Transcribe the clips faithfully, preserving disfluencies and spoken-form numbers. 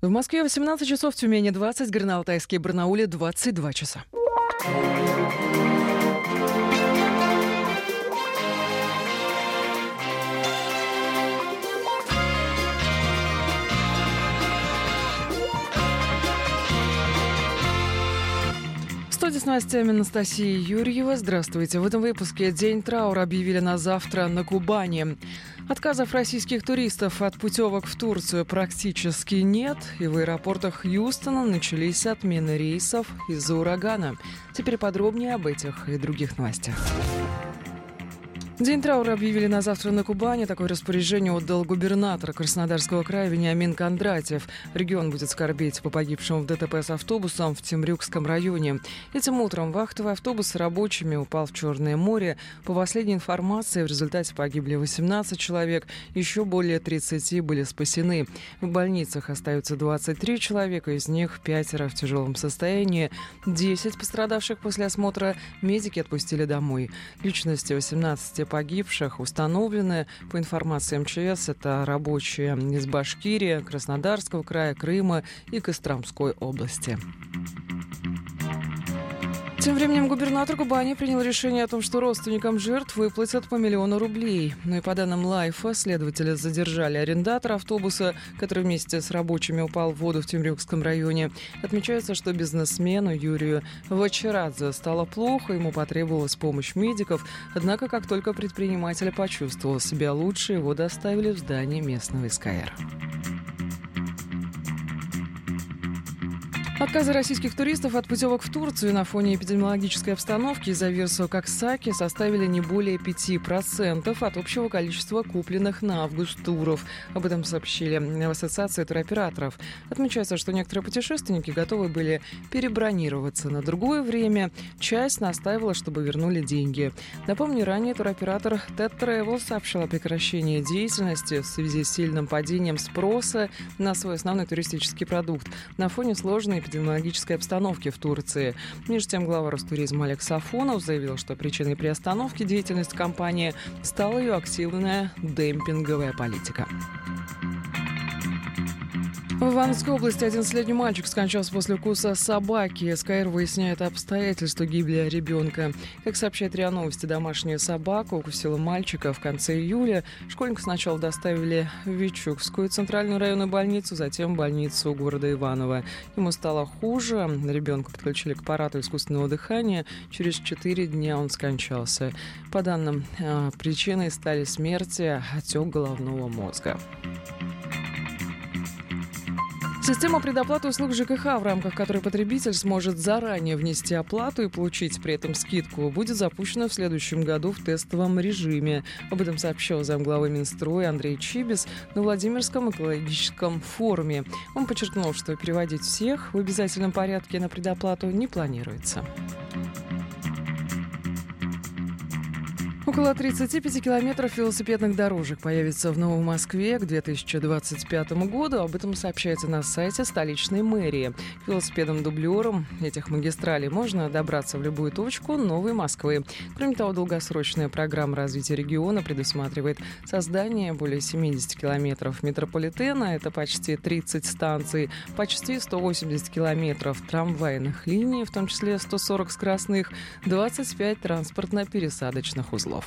В Москве восемнадцать часов, в Тюмени двадцать, Горно-Алтайске и Барнауле двадцать два часа. В студии с новостями Анастасия Юрьева. Здравствуйте. В этом выпуске день траура объявили на завтра на Кубани. Отказов российских туристов от путевок в Турцию практически нет, и в аэропортах Хьюстона начались отмены рейсов из-за урагана. Теперь подробнее об этих и других новостях. День траура объявили на завтра на Кубани. Такое распоряжение отдал губернатор Краснодарского края Вениамин Кондратьев. Регион будет скорбеть по погибшим в ДТП с автобусом в Темрюкском районе. Этим утром вахтовый автобус с рабочими упал в Черное море. По последней информации, в результате погибли восемнадцать человек, еще более тридцати были спасены. В больницах остаются двадцать три человека, из них пятеро в тяжелом состоянии. десять пострадавших после осмотра медики отпустили домой. Личности восемнадцати погибших установлены. По информации МЧС, это рабочие из Башкирии, Краснодарского края, Крыма и Костромской области. Тем временем губернатор Кубани принял решение о том, что родственникам жертв выплатят по миллиону рублей. Ну и по данным Лайфа, следователи задержали арендатора автобуса, который вместе с рабочими упал в воду в Темрюкском районе. Отмечается, что бизнесмену Юрию Вачарадзе стало плохо, ему потребовалась помощь медиков. Однако, как только предприниматель почувствовал себя лучше, его доставили в здание местного СКР. Отказы российских туристов от путевок в Турцию на фоне эпидемиологической обстановки из-за вируса Коксаки составили не более пяти процентов от общего количества купленных на август туров. Об этом сообщили в Ассоциации туроператоров. Отмечается, что некоторые путешественники готовы были перебронироваться на другое время. Часть настаивала, чтобы вернули деньги. Напомню, ранее туроператор Ted Travel сообщил о прекращении деятельности в связи с сильным падением спроса на свой основной туристический продукт на фоне сложной эпидемиологической эпидемиологической обстановки в Турции. Между тем, глава Ростуризма Олег Сафонов заявил, что причиной приостановки деятельности компании стала ее активная демпинговая политика. В Ивановской области одиннадцатилетний мальчик скончался после укуса собаки. СКР выясняет обстоятельства гибели ребенка. Как сообщает РИА Новости, домашняя собака укусила мальчика в конце июля. Школьника сначала доставили в Вичугскую центральную районную больницу, затем в больницу города Иваново. Ему стало хуже. Ребенка подключили к аппарату искусственного дыхания. Через четыре дня он скончался. По данным, причиной стали смерти отек головного мозга. Система предоплаты услуг ЖКХ, в рамках которой потребитель сможет заранее внести оплату и получить при этом скидку, будет запущена в следующем году в тестовом режиме. Об этом сообщил замглавы Минстроя Андрей Чибис на Владимирском экологическом форуме. Он подчеркнул, что переводить всех в обязательном порядке на предоплату не планируется. Около тридцати пяти километров велосипедных дорожек появится в Новой Москве к две тысячи двадцать пятому году. Об этом сообщается на сайте столичной мэрии. К велосипедам-дублерам этих магистралей можно добраться в любую точку Новой Москвы. Кроме того, долгосрочная программа развития региона предусматривает создание более семидесяти километров метрополитена, это почти тридцать станций, почти сто восемьдесят километров трамвайных линий, в том числе сто сорок скоростных, двадцать пять транспортно-пересадочных узлов.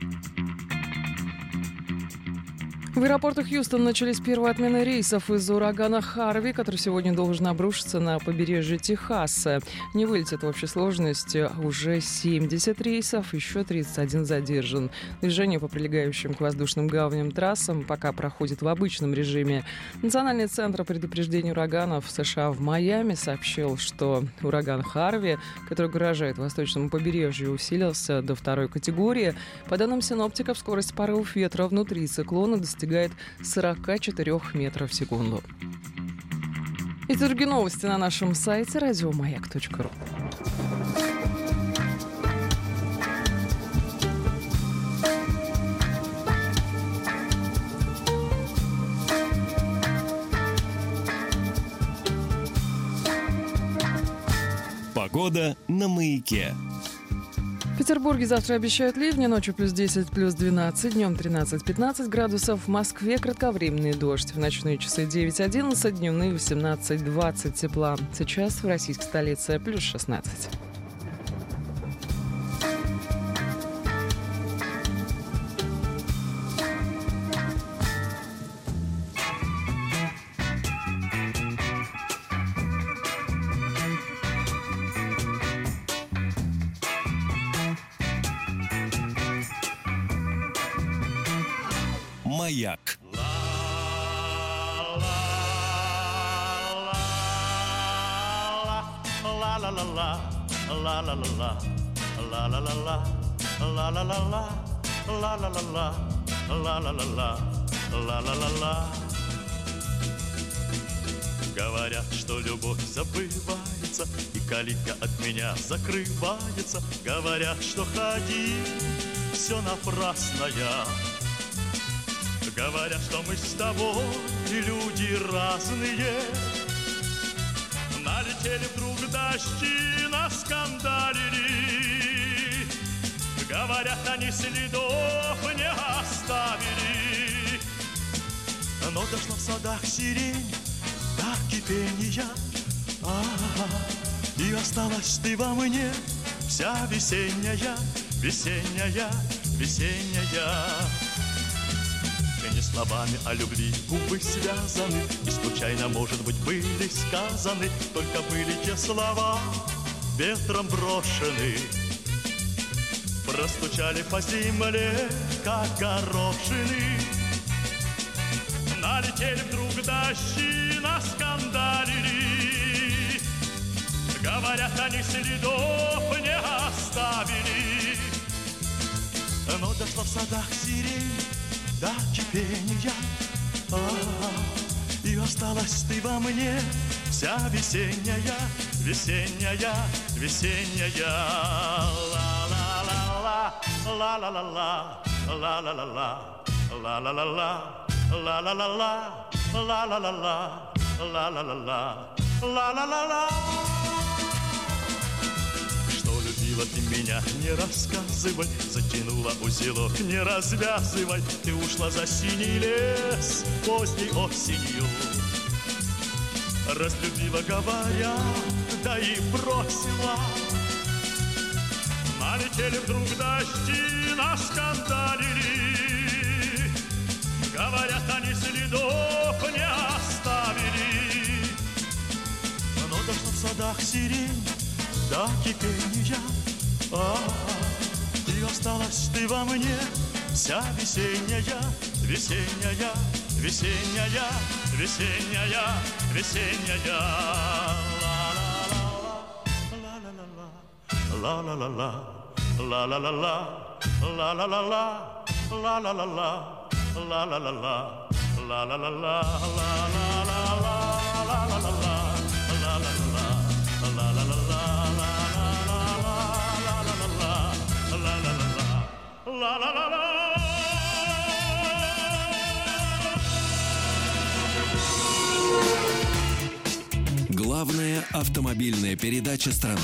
В аэропортах Хьюстона начались первые отмены рейсов из-за урагана Харви, который сегодня должен обрушиться на побережье Техаса. Не вылетит в общей сложности уже семьдесят рейсов, еще тридцать один задержан. Движение по прилегающим к воздушным гаваням трассам пока проходит в обычном режиме. Национальный центр предупреждения ураганов США в Майами сообщил, что ураган Харви, который угрожает восточному побережью, усилился до второй категории. По данным синоптиков, скорость порывов ветра внутри циклона достигает сорок четыре метра в секунду. И другие новости на нашем сайте радиомаяк точка ру. Погода на Маяке. В Петербурге завтра обещают ливни, ночью плюс десять, плюс двенадцать, днем тринадцать-пятнадцать градусов. В Москве кратковременный дождь. В ночные часы девять-одиннадцать, дневные восемнадцать-двадцать тепла. Сейчас в российской столице плюс шестнадцать. Маяк. Говорят, что любовь забывается, и калитка от меня закрывается. Говорят, что ходи, все напрасно я. Говорят, что мы с тобой люди разные. Налетели вдруг дожди, наскандалили. Говорят, они следов не оставили. Но дошла в садах сирень до кипения, а-а-а, и осталась ты во мне, вся весенняя, весенняя, весенняя. Не словами о любви губы связаны, и случайно, может быть, были сказаны, только были те слова ветром брошены. Простучали по земле, как горошины. Налетели вдруг дожди, наскандалили. Говорят, они следов не оставили. Но дошла в садах сирень до кипения, а-а-а, и осталась ты во мне, вся весенняя, весенняя, весенняя. Ла-ла-ла-ла, ла-ла-ла-ла, ла-ла-ла-ла, ла-ла-ла-ла, ла-ла-ла-ла, ла-ла-ла-ла, ла-ла-ла-ла, ла-ла-ла-ла. Любила ты меня, не рассказывай, затянула узелок, не развязывай. Ты ушла за синий лес поздней осенью. Разлюбила, говоря, да и бросила. Налетели вдруг дожди, наскандалили. Говорят, они следов не оставили. Но дошла в садах сирень до кипения, а-а-а, и осталась ты во мне, вся весенняя, весенняя, весенняя, весенняя, весенняя. Ла-ла-ла-ла, ла-ла-ла-ла, ла-ла-ла-ла, ла-ла-ла-ла, ла-ла-ла-ла, ла-ла-ла-ла, ла-ла-ла-ла. Главная автомобильная передача страны.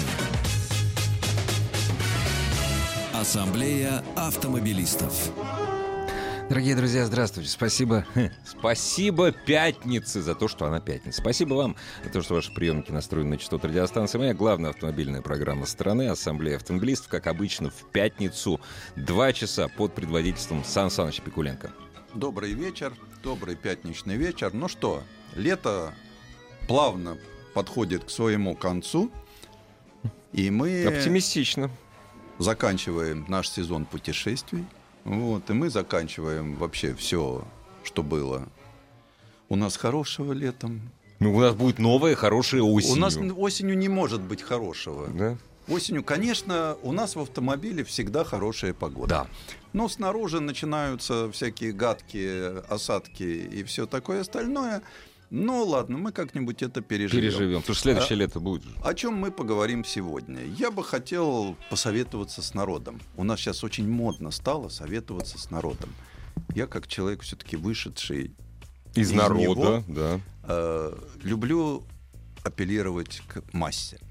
Ассамблея автомобилистов. Дорогие друзья, здравствуйте. Спасибо. Спасибо пятнице за то, что она пятница. Спасибо вам за то, что ваши приемники настроены на частоту радиостанции «Моя». Главная автомобильная программа страны, Ассамблея автомобилистов, как обычно, в пятницу, два часа под предводительством Сан Саныча Пикуленко. Добрый вечер, добрый пятничный вечер. Ну что, лето плавно подходит к своему концу, и мы... Оптимистично. Заканчиваем наш сезон путешествий. Вот, и мы заканчиваем вообще все, что было у нас хорошего летом. Ну, у нас будет новая хорошая осенью. У нас осенью не может быть хорошего. Да? Осенью, конечно, у нас в автомобиле всегда хорошая погода. Да. Но снаружи начинаются всякие гадкие осадки и все такое остальное. Ну ладно, мы как-нибудь это переживем. Переживем, потому что следующее а, лето будет. О чем мы поговорим сегодня? Я бы хотел посоветоваться с народом. У нас сейчас очень модно стало советоваться с народом. Я, как человек, все-таки вышедший из, из народа, него, да. э, люблю апеллировать к массе.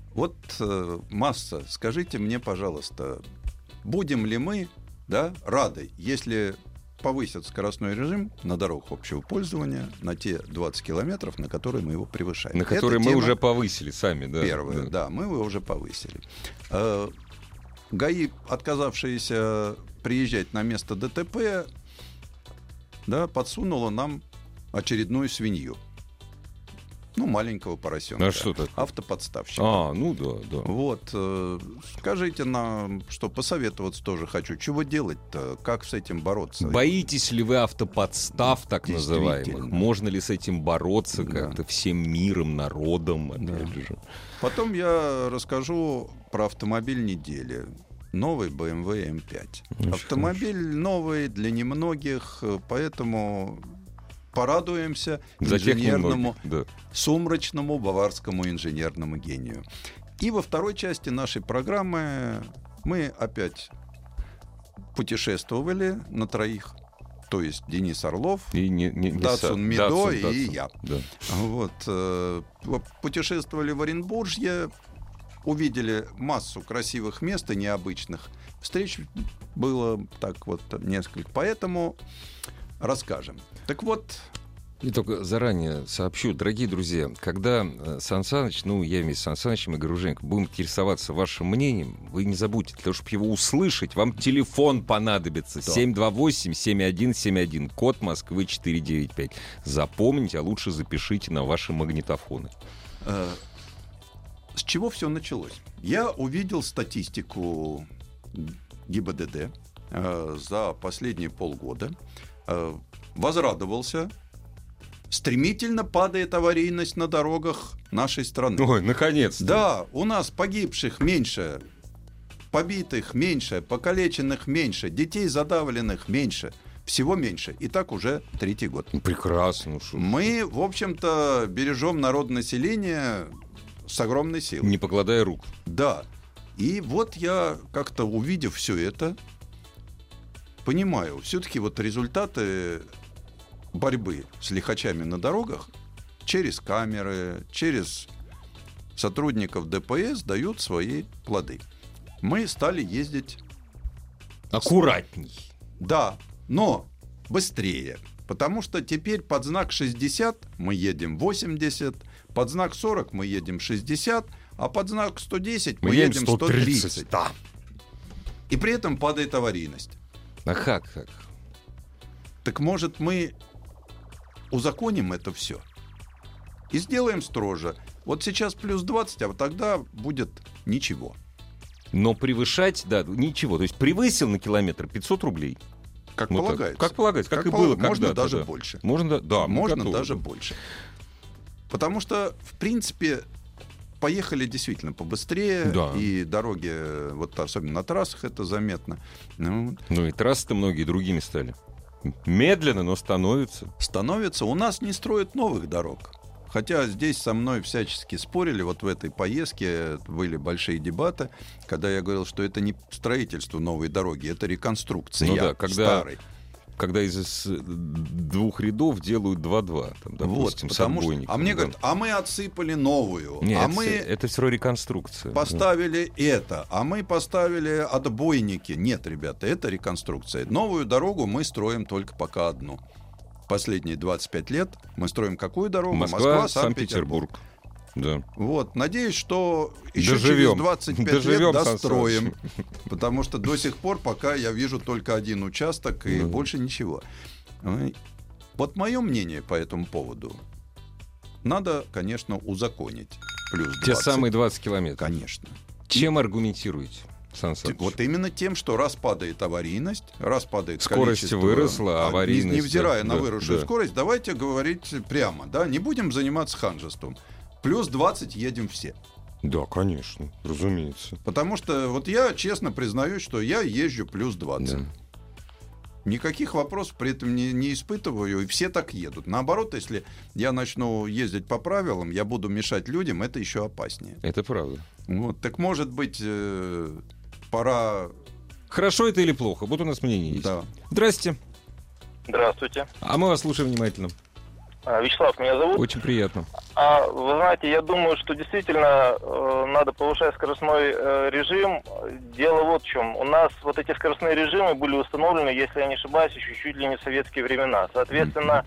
Вот э, масса, скажите мне, пожалуйста, будем ли мы, да, рады, если повысят скоростной режим на дорогах общего пользования на те двадцать километров, на которые мы его превышаем. На которые мы уже повысили сами, да. Первое, да. да, мы его уже повысили. Э, ГАИ, отказавшиеся приезжать на место ДТП, да, подсунула нам очередную свинью. Ну, маленького поросенка. А что такое? Автоподставщик. А, ну да, да. Вот. Э, скажите нам, что посоветоваться тоже хочу. Чего делать-то? Как с этим бороться? Боитесь ли вы автоподстав, так называемых? Можно ли с этим бороться да. как-то всем миром, народом? Да. Опять же? Потом я расскажу про автомобиль недели. Новый бэ эм вэ эм пять. Ну, автомобиль хорошо. Новый для немногих, поэтому... Порадуемся инженерному, да. сумрачному баварскому инженерному гению. И во второй части нашей программы мы опять путешествовали на троих. То есть Денис Орлов, и не, не, не Датсун Мидо Датсун, и Датсун. я. Да. Вот, э, путешествовали в Оренбуржье, увидели массу красивых мест и необычных. Встреч было так вот несколько. Поэтому... расскажем. Так вот... И только заранее сообщу, дорогие друзья, когда Сан Саныч, ну, я вместе с Сан Санычем и Горуженко будем интересоваться вашим мнением, вы не забудьте, для того, чтобы его услышать, вам телефон понадобится. Да. семь два восемь семь один семь один, код Москвы четыре девять пять. Запомните, а лучше запишите на ваши магнитофоны. С чего все началось? Я увидел статистику ГИБДД за последние полгода. Возрадовался. Стремительно падает аварийность на дорогах нашей страны. Ой, наконец-то. Да, у нас погибших меньше, побитых меньше, покалеченных меньше, детей задавленных меньше. Всего меньше. И так уже третий год. Прекрасно. Шо. Мы, в общем-то, бережем народонаселение с огромной силой. Не покладая рук. Да. И вот я, как-то увидев все это, понимаю, все-таки вот результаты борьбы с лихачами на дорогах через камеры, через сотрудников ДПС дают свои плоды. Мы стали ездить... аккуратней. Да, но быстрее. Потому что теперь под знак шестьдесят мы едем восемьдесят, под знак сорок мы едем шестьдесят, а под знак сто десять мы, мы едем сто тридцать. Да. И при этом падает аварийность. А как, как? Так может мы узаконим это все и сделаем строже. Вот сейчас плюс двадцать, а вот тогда будет ничего. Но превышать, да, ничего. То есть превысил на километр пятьсот рублей. Как ну, полагается. Так, как полагается, как, как и пол... было можно когда-то. Даже да. больше. Можно, да, можно готовы. даже больше. Потому что, в принципе, поехали действительно побыстрее, да. И дороги, вот особенно на трассах, это заметно. Ну, ну и трассы-то многие другими стали. Медленно, но становятся. Становятся. У нас не строят новых дорог. Хотя здесь со мной всячески спорили, вот в этой поездке были большие дебаты, когда я говорил, что это не строительство новой дороги, это реконструкция ну да, когда, старой. Когда из двух рядов делают два-два, там, допустим, вот, с отбойником. Что, а мне да. говорят, а мы отсыпали новую, Нет, а это, мы это все реконструкция. Поставили да. это, а мы поставили отбойники. Нет, ребята, это реконструкция. Новую дорогу мы строим только пока одну. Последние двадцать пять лет мы строим какую дорогу? Москва, Москва Санкт-Петербург. Да. Вот, надеюсь, что еще Доживем. через двадцать пять Доживем, лет достроим. Потому что до сих пор пока я вижу только один участок и да. больше ничего. Вот мое мнение по этому поводу. Надо, конечно, узаконить плюс двадцать. Те самые двадцать километров. Конечно. Чем аргументируете? Вот именно тем, что раз падает аварийность, раз падает скорость количество... выросла, а аварийность... Невзирая да, на выросшую да. скорость, давайте говорить прямо, да, не будем заниматься ханжеством. Плюс двадцать едем все. Да, конечно, разумеется. Потому что вот я честно признаюсь, что я езжу плюс двадцать. Да. Никаких вопросов при этом не, не испытываю, и все так едут. Наоборот, если я начну ездить по правилам, я буду мешать людям, это еще опаснее. Это правда. Вот, так может быть... Э- Пора... Хорошо это или плохо? Вот у нас мнение есть. Да. Здрасте. Здравствуйте. А мы вас слушаем внимательно. А, Вячеслав меня зовут. Очень приятно. А, вы знаете, я думаю, что действительно э, надо повышать скоростной э, режим. Дело вот в чем. У нас вот эти скоростные режимы были установлены, если я не ошибаюсь, еще чуть ли не в советские времена. Соответственно,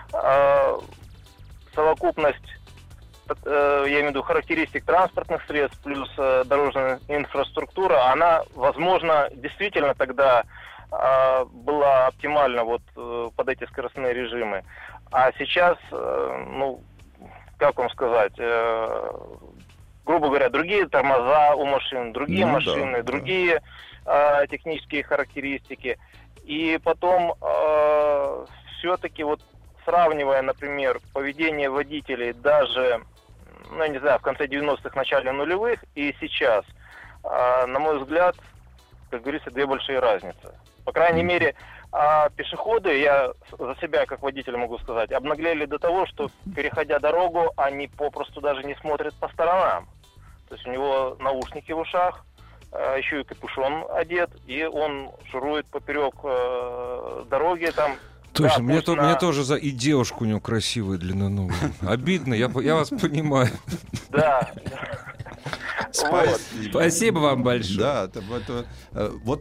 э, совокупность, э, я имею в виду характеристик транспортных средств плюс э, дорожная инфраструктура, она, возможно, действительно тогда э, была оптимальна вот э, под эти скоростные режимы. А сейчас, э, ну, как вам сказать, э, грубо говоря, другие тормоза у машин, другие ну, машины, да, другие да. э, технические характеристики. И потом э, все-таки вот сравнивая, например, поведение водителей даже, ну, я не знаю, в конце девяностых, начале нулевых и сейчас, э, на мой взгляд, как говорится, две большие разницы. По крайней mm-hmm. мере, а пешеходы, я за себя как водитель могу сказать, обнаглели до того, что, переходя дорогу, они попросту даже не смотрят по сторонам. То есть у него наушники в ушах, еще и капюшон одет, и он шурует поперек э, дороги там. Точно, да, мне, то, на... мне тоже за... И девушка у него красивая, длинноногая. Обидно, я, я вас понимаю. Да. Спасибо. Спасибо вам большое. Да, это, это, вот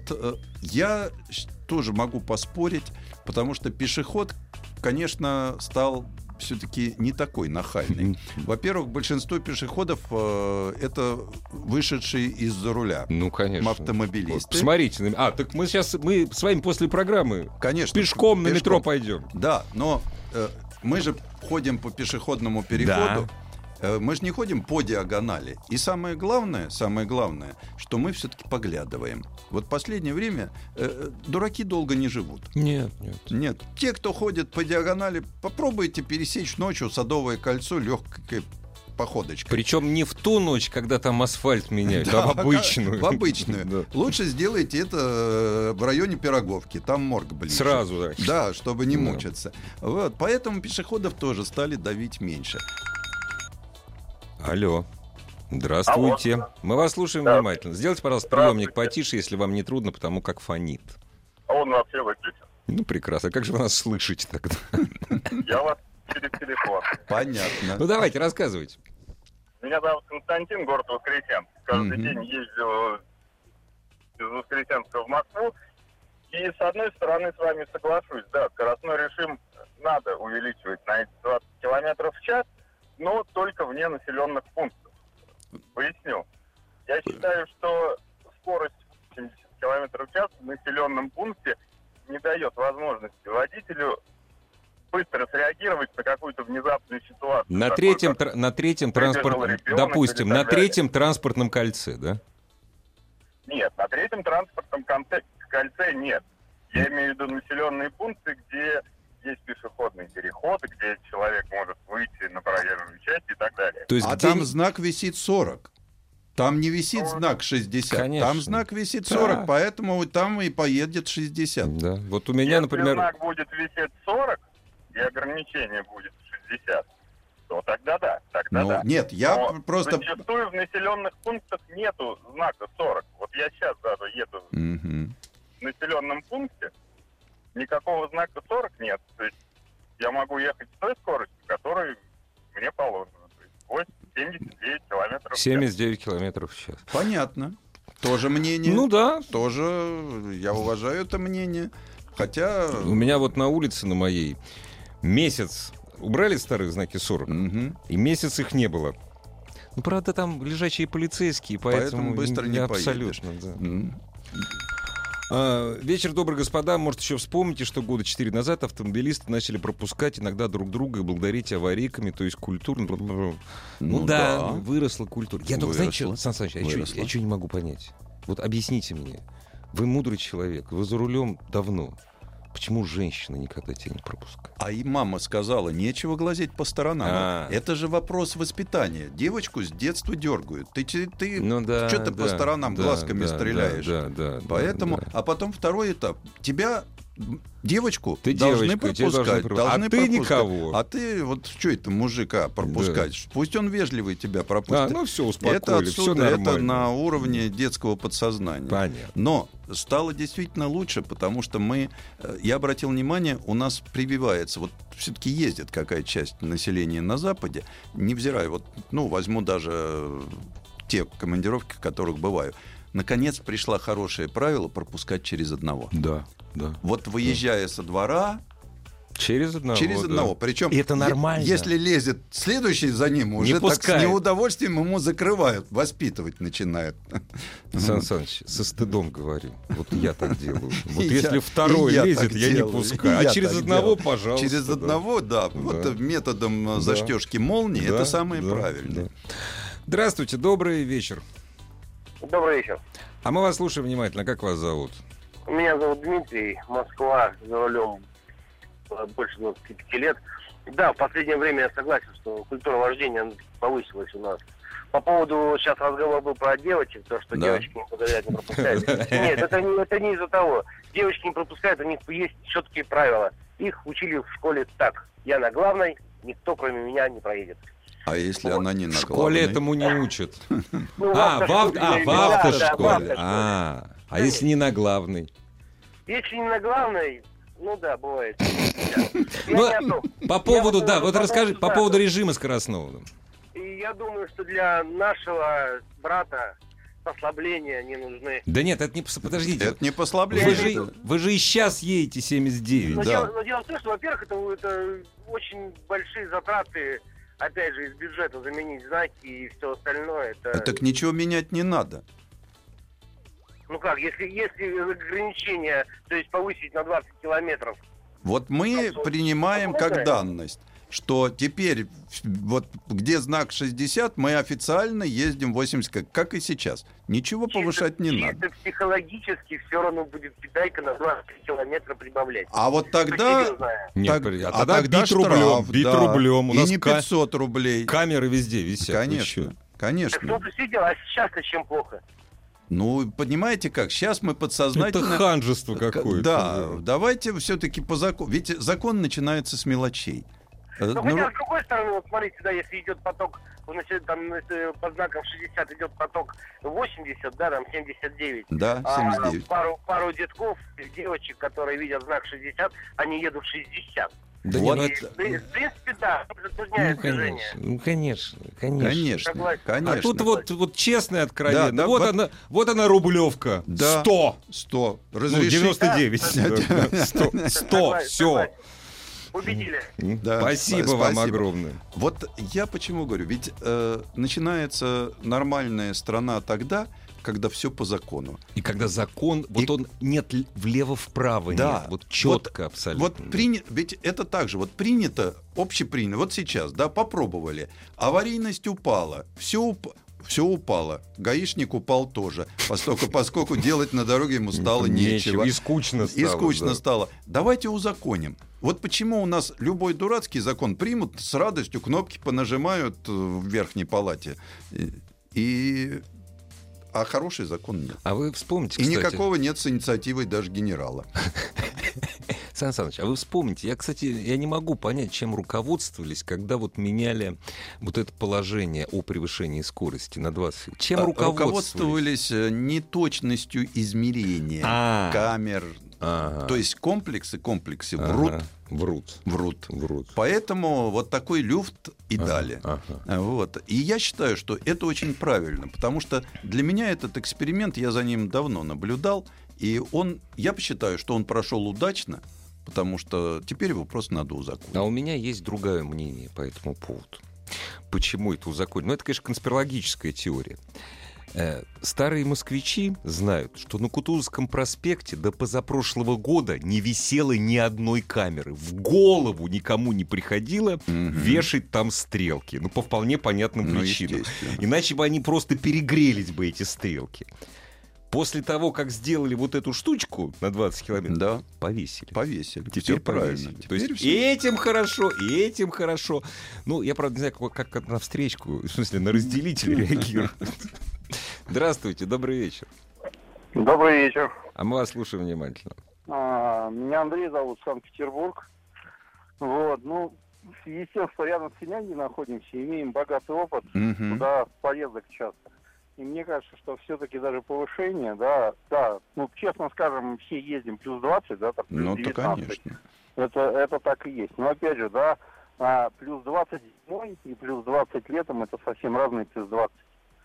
я тоже могу поспорить, потому что пешеход, конечно, стал все-таки не такой нахальный. Во-первых, большинство пешеходов э, это вышедшие из-за руля. Ну, конечно. Автомобилисты. Посмотрите. А, так мы сейчас мы с вами после программы конечно, пешком, пешком на метро пойдем. Да, но э, мы же ходим по пешеходному переходу. Да. Мы же не ходим по диагонали. И самое главное, самое главное, что мы все-таки поглядываем. Вот в последнее время э, дураки долго не живут. Нет, нет. Нет. Те, кто ходит по диагонали, попробуйте пересечь ночью Садовое кольцо легкой походочкой. Причем не в ту ночь, когда там асфальт меняют, да, а в обычную. В обычную. Да. Лучше сделайте это в районе Пироговки. Там морг ближе. Сразу, да. Да, чтобы не да. мучиться. Вот. Поэтому пешеходов тоже стали давить меньше. Алло. Здравствуйте. Алло. Мы вас слушаем да. внимательно. Сделайте, пожалуйста, приемник потише, если вам не трудно, потому как фонит. А он вообще выключен. Ну, прекрасно. А как же вы нас слышите тогда? Я вас через телефон. Понятно. Ну, давайте, рассказывайте. Меня зовут Константин, город Воскресенск. Каждый mm-hmm. день езжу из Воскресенска в Москву. И, с одной стороны, с вами соглашусь. Да, скоростной режим надо увеличивать на эти двадцать километров в час, но только вне населенных пунктов. Поясню. Я считаю, что скорость семьдесят километров в час в населенном пункте не дает возможности водителю быстро среагировать на какую-то внезапную ситуацию. На третьем, тр- на третьем транспортном, допустим, на третьем транспортном кольце, да? Нет, на третьем транспортном кольце, кольце нет. Я имею в виду населенные пункты, где есть пешеходный переход, где человек может выйти на проезжую часть и так далее. То есть, а где... там знак висит сорок. Там не висит ну, знак шестьдесят. Конечно. Там знак висит сорок, да. Поэтому там и поедет шестьдесят. Да. Вот у меня, если например... знак будет висеть сорок, и ограничение будет шестьдесят, то тогда да, тогда ну, да. Нет, я Но просто... зачастую в населенных пунктах нету знака сорок. Вот я сейчас даже еду угу. в населенном пункте, никакого знака сорок нет. То есть я могу ехать с той скоростью, которой мне положено. То есть семьдесят девять километров в час. семьдесят девять километров в час. Понятно. Тоже мнение. Ну да. Тоже я уважаю это мнение. Хотя... У меня вот на улице, на моей, месяц убрали старые знаки сорок, угу. и месяц их не было. Ну, правда, там лежачие полицейские, поэтому, поэтому быстро не абсолютно, поедешь. Да. Mm. А, вечер добрый, господа. Может, еще вспомните, что года четыре назад автомобилисты начали пропускать иногда друг друга и благодарить аварийками, то есть культурно. Ну, ну да, да, выросла культура. Я только, знаете, что, Сан Саныч, я, что, я что не могу понять. Вот объясните мне. Вы мудрый человек, вы за рулем давно. Почему женщина никогда тебя не пропускает? А и мама сказала, нечего глазеть по сторонам. А-а-а. Это же вопрос воспитания. Девочку с детства дергают. Ты, ты ну, да, что ты да, по сторонам да, глазками да, стреляешь? Да, да, да, Поэтому, да. А потом второй этап. Тебя... Девочку ты должны девочка, пропускать. Должны... Должны а ты пропускать. никого. А ты вот что это мужика пропускать? Да. Пусть он вежливый тебя пропустит. А, ну все, успокоили, это отсюда, все нормально. Это на уровне детского подсознания. Понятно. Но стало действительно лучше, потому что мы... Я обратил внимание, у нас прививается... Вот все-таки ездит какая часть населения на Западе, невзирая... Вот, ну, возьму даже... те командировки, в которых бываю. Наконец пришло хорошее правило пропускать через одного. Да, да. Вот выезжая со двора... Через одного. Через да. одного. Причем, и это нормально. Если лезет следующий за ним, уже так с неудовольствием ему закрывают, воспитывать начинают. Сан Саныч, со стыдом говорю. Вот я так делаю. Вот если второй лезет, я не пускаю. А через одного, пожалуйста. Через одного, да. Вот методом застежки молнии это самое правильное. Здравствуйте, добрый вечер. Добрый вечер. А мы вас слушаем внимательно. Как вас зовут? Меня зовут Дмитрий, Москва, за рулем больше двадцати пяти лет. Да, в последнее время я согласен, что культура вождения повысилась у нас. По поводу, сейчас разговор был про девочек, то, что да. девочки не позволяют, не пропускают. Нет, это не, это не из-за того. Девочки не пропускают, у них есть четкие правила. Их учили в школе так. Я на главной, никто кроме меня не проедет. А если вот. Она не на главной? В школе этому не учат. А, в автошколе. А, а если не на главной? Если не на главной... Ну да, бывает. Ну, по поводу, да, вот расскажи, по поводу режима скоростного. И я думаю, что для нашего брата послабления не нужны. Да нет, это не, подождите. Это не послабление. Вы же, вы же и сейчас едете семьдесят девять. Но, да. дело, но дело в том, что, во-первых, это, это очень большие затраты, опять же, из бюджета заменить знаки и все остальное. Это... А так ничего менять не надо. Ну как, если если ограничение, то есть повысить на двадцать километров. Вот мы а принимаем а как данность, что теперь вот где знак шестьдесят, мы официально ездим восемьдесят, как, как и сейчас. Ничего чисто, повышать не чисто надо. Психологически все равно будет педалька на двадцать километров прибавлять. А вот тогда... Нет, так, а, а тогда, тогда бит штраф, рублем, бит да. рублем. У и нас не пятьсот рублей. Камеры везде висят. Конечно, конечно. Так кто-то сидел, а сейчас-то чем плохо? Ну, понимаете как, сейчас мы подсознательно... Это ханжество какое-то. Да, давайте все-таки по закону. Ведь закон начинается с мелочей. Ну, хотя, с другой стороны, вот смотрите, да, если идет поток, значит, там, по знакам шестьдесят идет поток восемьдесят, да, там семьдесят девять. Да, семьдесят девять. А пару, пару детков, девочек, которые видят знак шестьдесят, они едут шестьдесят. Да вот. нет, в принципе, да, затрудняет ну, движение. Ну, конечно, конечно. Конечно, конечно. А тут вот, вот честно и откровенно. Да, да, вот, вот, она, вот она рублевка. Да, сто. сто. Ну, девяносто девять. сто. сто. Все. Убедили. Да, спасибо, спасибо вам огромное. Вот я почему говорю, ведь э, начинается нормальная страна тогда, когда все по закону. И когда закон, вот и... он нет влево-вправо, да, нет, вот четко вот, абсолютно. Вот приня... Ведь это так же, вот принято, общепринято, вот сейчас, да, попробовали, аварийность упала, все упало. Все упало. Гаишник упал тоже. Поскольку, поскольку делать на дороге ему стало нечего. И скучно стало. И скучно да. стало. Давайте узаконим. Вот почему у нас любой дурацкий закон примут, с радостью кнопки понажимают в верхней палате. И, и... А хороший закон нет. А вы вспомните, и кстати... никакого нет с инициативой даже генерала. Сан Саныч, а вы вспомните, я, кстати, я не могу понять, чем руководствовались, когда вот меняли вот это положение о превышении скорости на двадцать. Чем а, руководствовались? Руководствовались неточностью измерения А-а-а. камер. А-а-а. То есть комплексы, комплексы врут. Врут. Врут. Врут. Поэтому вот такой люфт и ага, дали. Ага. Вот. И я считаю, что это очень правильно, потому что для меня этот эксперимент, я за ним давно наблюдал, и он, я считаю, что он прошел удачно, потому что теперь его просто надо узаконить. А у меня есть другое мнение по этому поводу. Почему это узаконить? Ну, это, конечно, конспирологическая теория. Старые москвичи знают, что на Кутузовском проспекте до позапрошлого года не висело ни одной камеры. В голову никому не приходило mm-hmm. вешать там стрелки. Ну, по вполне понятным ну, причинам. Иначе бы они просто перегрелись бы, эти стрелки. После того, как сделали вот эту штучку на двадцать километров, да. повесили. Повесили. Теперь все повесили. правильно. То есть все... и этим хорошо, и этим хорошо. Ну, я, правда, не знаю, как, как на встречку, в смысле, на разделитель реагируют. Здравствуйте, добрый вечер. Добрый вечер. А мы вас слушаем внимательно. А, меня Андрей зовут, Санкт-Петербург. Вот, ну, в связи с тем, что рядом с Финляндией находимся, имеем богатый опыт, uh-huh. туда поездок часто. И мне кажется, что все-таки даже повышение, да, да, ну, честно скажем, все ездим плюс двадцать, да, там, плюс ну, девятнадцать. То, конечно. Это, это так и есть. Но опять же, да, а, плюс двадцать зимой и плюс двадцать летом это совсем разные плюс двадцать.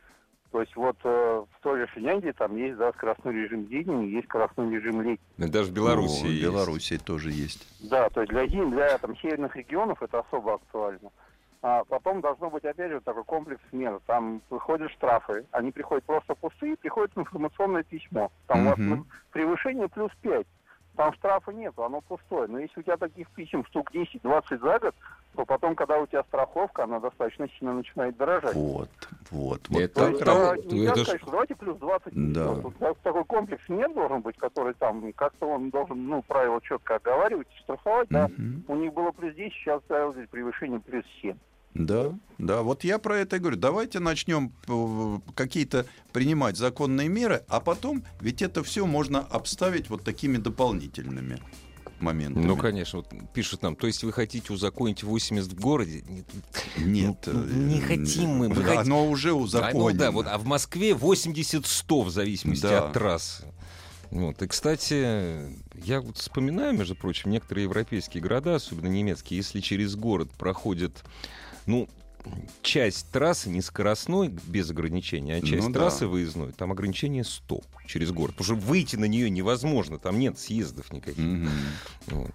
То есть вот э, в той же Финляндии там есть, да, скоростной режим зимний, есть скоростной режим летний. Даже в Беларуси О, в есть. Беларуси тоже есть. Да, то есть для, зим- для там, северных регионов это особо актуально. А потом должно быть, опять же, такой комплекс мер. Там выходят штрафы. Они приходят просто пустые, приходит информационное письмо. Там у вас Мгм. превышение плюс пять. Там штрафа нету, оно пустое. Но если у тебя таких писем штук десять-двадцать за год, то потом, когда у тебя страховка, она достаточно сильно начинает дорожать. Вот, вот. вот Это То есть, там- э, нельзя это ж- сказать, что давайте плюс двадцать. Да. Тут такой комплекс мер должен быть, который там, как-то он должен, ну, правила четко оговаривать, штрафовать, да. Мгм. У них было плюс десять, сейчас ставил здесь превышение плюс семь. Да, да, вот я про это и говорю. Давайте начнем э, какие-то принимать законные меры, а потом, ведь это все можно обставить вот такими дополнительными моментами. Ну, конечно, вот пишут нам, то есть вы хотите узаконить восемьдесят в городе? Нет, Нет, ну, не э, хотим мы. мы да, хотим- Оно уже А, ну узаконено. да, вот, а в Москве восемьдесят-сто в зависимости Да. от трассы. Вот. И, кстати, я вот вспоминаю, между прочим, некоторые европейские города, особенно немецкие, если через город проходит, ну, часть трассы не скоростной, без ограничения, а часть Ну да. трассы выездной, там ограничение сто через город. Потому что выйти на нее невозможно, там нет съездов никаких. Мгм. Вот.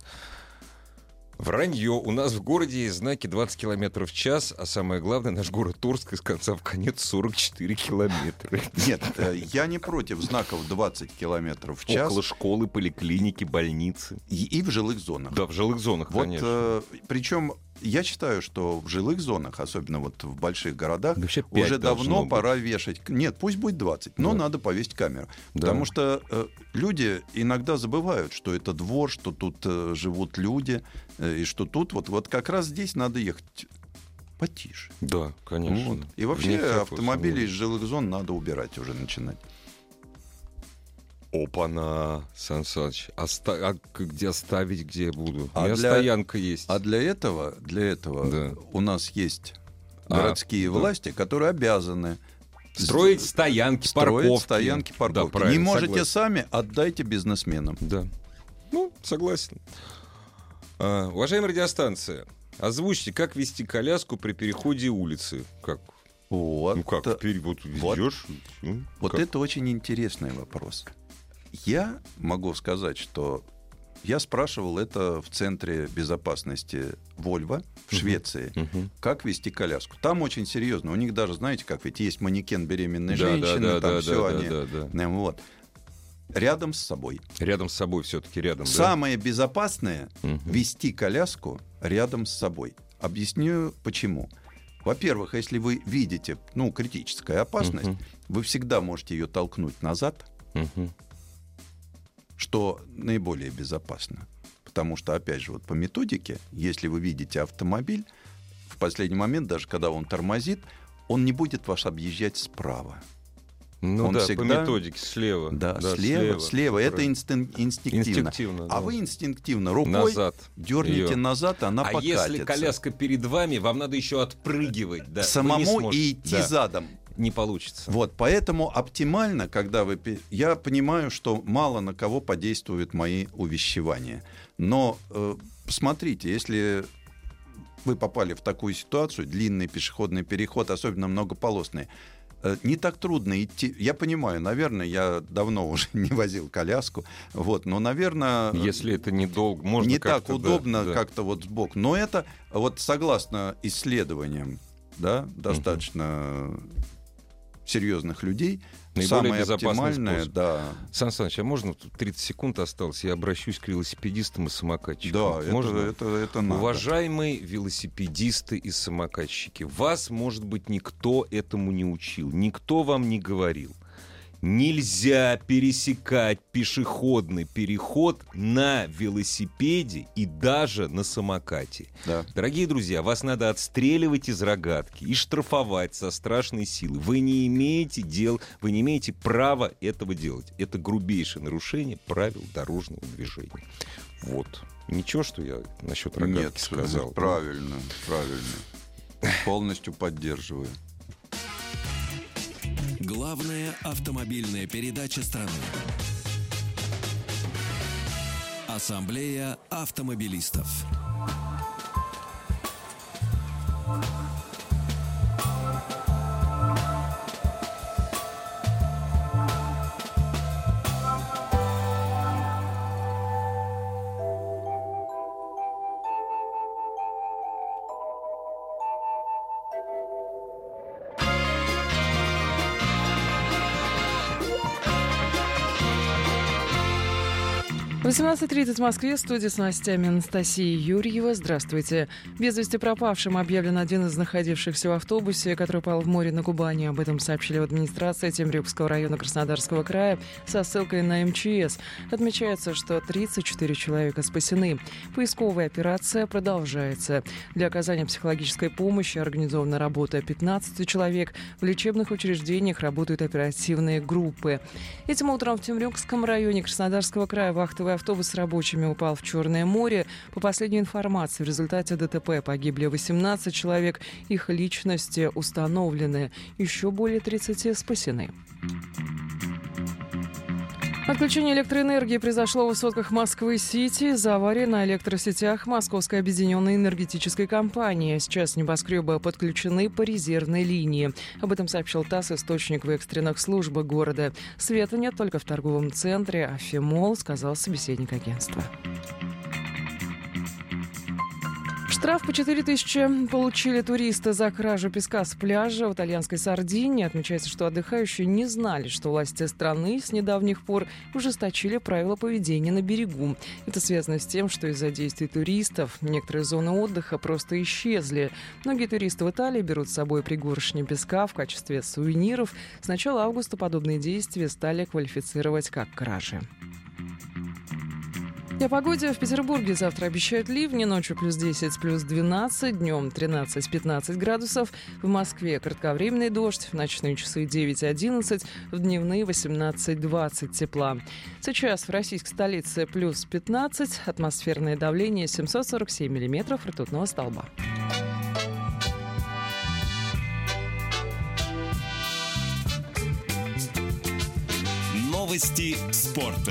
Вранье. У нас в городе есть знаки двадцать километров в час, а самое главное, наш город Торск из конца в конец сорок четыре километра. Нет, э, я не против знаков двадцать километров в час Около школы, поликлиники, больницы. и, и в жилых зонах. Да, в жилых зонах, Вот, конечно. э, причем я считаю, что в жилых зонах, особенно вот в больших городах, Вообще пять уже должно давно быть. пора вешать. Нет, пусть будет двадцать, но Да. надо повесить камеру. Да. Потому что э, люди иногда забывают, что это двор, что тут э, живут люди, э, и что тут вот, вот как раз здесь надо ехать потише. Да, конечно. Вот. И Вне вообще всякого автомобили из сомнения. жилых зон надо убирать уже начинать. Опа-на, Сан Саныч. Оста- а к- где оставить, где я буду? А У меня для- стоянка есть. А для этого, для этого Да. у нас есть А, городские да. власти, которые обязаны Строить стоянки, строить парковки. стоянки, Да, парковки. Не правильно, можете согласен. сами, отдайте бизнесменам. Да. Ну, согласен. А, уважаемая радиостанция, озвучьте, как вести коляску при переходе улицы. Как? Вот, Ну как, э, вперед, вот вот. идешь. ну, вот как? это очень интересный вопрос. Я могу сказать, что я спрашивал это в Центре безопасности Вольво в Мгм. Швеции. Мгм. Как вести коляску? Там очень серьезно. У них даже, знаете, как ведь есть манекен беременной Да, да, женщины, да, там да, все да, они. да, да, да. э, Вот. Рядом с собой. Рядом с собой все-таки, рядом, Самое безопасное да? Мгм. вести коляску рядом с собой. Объясню почему. Во-первых, если вы видите, ну, критическая опасность, Мгм. вы всегда можете ее толкнуть назад, Мгм. что наиболее безопасно. Потому что, опять же, вот по методике, если вы видите автомобиль, в последний момент, даже когда он тормозит, он не будет вас объезжать справа. Ну Он да, всегда- по методике слева. Да, слева, слева. Это правильно. инстин- инстинктивно. Инстинктивно, А да. вы инстинктивно рукой Назад. дерните Её. назад, она А покатится. если коляска перед вами, вам надо еще отпрыгивать. Да. Вы не Самому сможете. и идти Да. задом. Не получится. Вот, поэтому оптимально, когда вы... пе- Я понимаю, что мало на кого подействуют мои увещевания. Но э, смотрите, если вы попали в такую ситуацию, длинный пешеходный переход, особенно многополосный, э, не так трудно идти. Я понимаю, наверное, я давно уже не возил коляску, вот, но, наверное... Если это недолго, можно не так как-то, да, удобно да. как-то вот сбоку. Но это вот согласно исследованиям, да, достаточно серьезных людей, Наиболее самое безопасный оптимальное, способ. да, Сан Саныч, а можно тут тридцать секунд осталось? Я обращусь к велосипедистам и самокатчикам. да, это, можно? это, это надо. Уважаемые велосипедисты и самокатчики, вас, может быть, никто этому не учил, никто вам не говорил. Нельзя пересекать пешеходный переход на велосипеде и даже на самокате. Да. Дорогие друзья, вас надо отстреливать из рогатки и штрафовать со страшной силой. Вы не имеете дел, вы не имеете права этого делать. Это грубейшее нарушение правил дорожного движения. Вот. Ничего, что я насчет рогатки Нет, сказал. правильно, правильно. Полностью поддерживаю. Главная автомобильная передача страны. Ассамблея автомобилистов. восемнадцать тридцать в Москве. В студии с новостями Анастасия Юрьева. Здравствуйте. Без вести пропавшим объявлен один из находившихся в автобусе, который упал в море на Кубани. Об этом сообщили в администрации Темрюкского района Краснодарского края со ссылкой на эм че эс. Отмечается, что тридцать четыре человека спасены. Поисковая операция продолжается. Для оказания психологической помощи организована работа пятнадцати человек. В лечебных учреждениях работают оперативные группы. Этим утром в Темрюкском районе Краснодарского края вахтовый автобус с рабочими упал в Черное море. По последней информации, в результате ДТП погибли восемнадцать человек. Их личности установлены. Еще более тридцати спасены. Отключение электроэнергии произошло в высотках Москвы-Сити из-за аварии на электросетях Московской объединенной энергетической компании. Сейчас небоскребы подключены по резервной линии. Об этом сообщил ТАСС, источник в экстренных службах города. Света нет только в торговом центре «Афимолл», сказал собеседник агентства. Штраф по четыре тысячи получили туристы за кражу песка с пляжа в итальянской Сардинии. Отмечается, что отдыхающие не знали, что власти страны с недавних пор ужесточили правила поведения на берегу. Это связано с тем, что из-за действий туристов некоторые зоны отдыха просто исчезли. Многие туристы в Италии берут с собой пригоршни песка в качестве сувениров. С начала августа подобные действия стали квалифицировать как кражи. О погоде. В Петербурге завтра обещают ливни. Ночью плюс десять, плюс двенадцать, днем тринадцать-пятнадцать градусов. В Москве кратковременный дождь, в ночные часы девять-одиннадцать, в дневные восемнадцать-двадцать тепла. Сейчас в российской столице плюс пятнадцать, атмосферное давление семьсот сорок семь миллиметров ртутного столба. Новости спорта.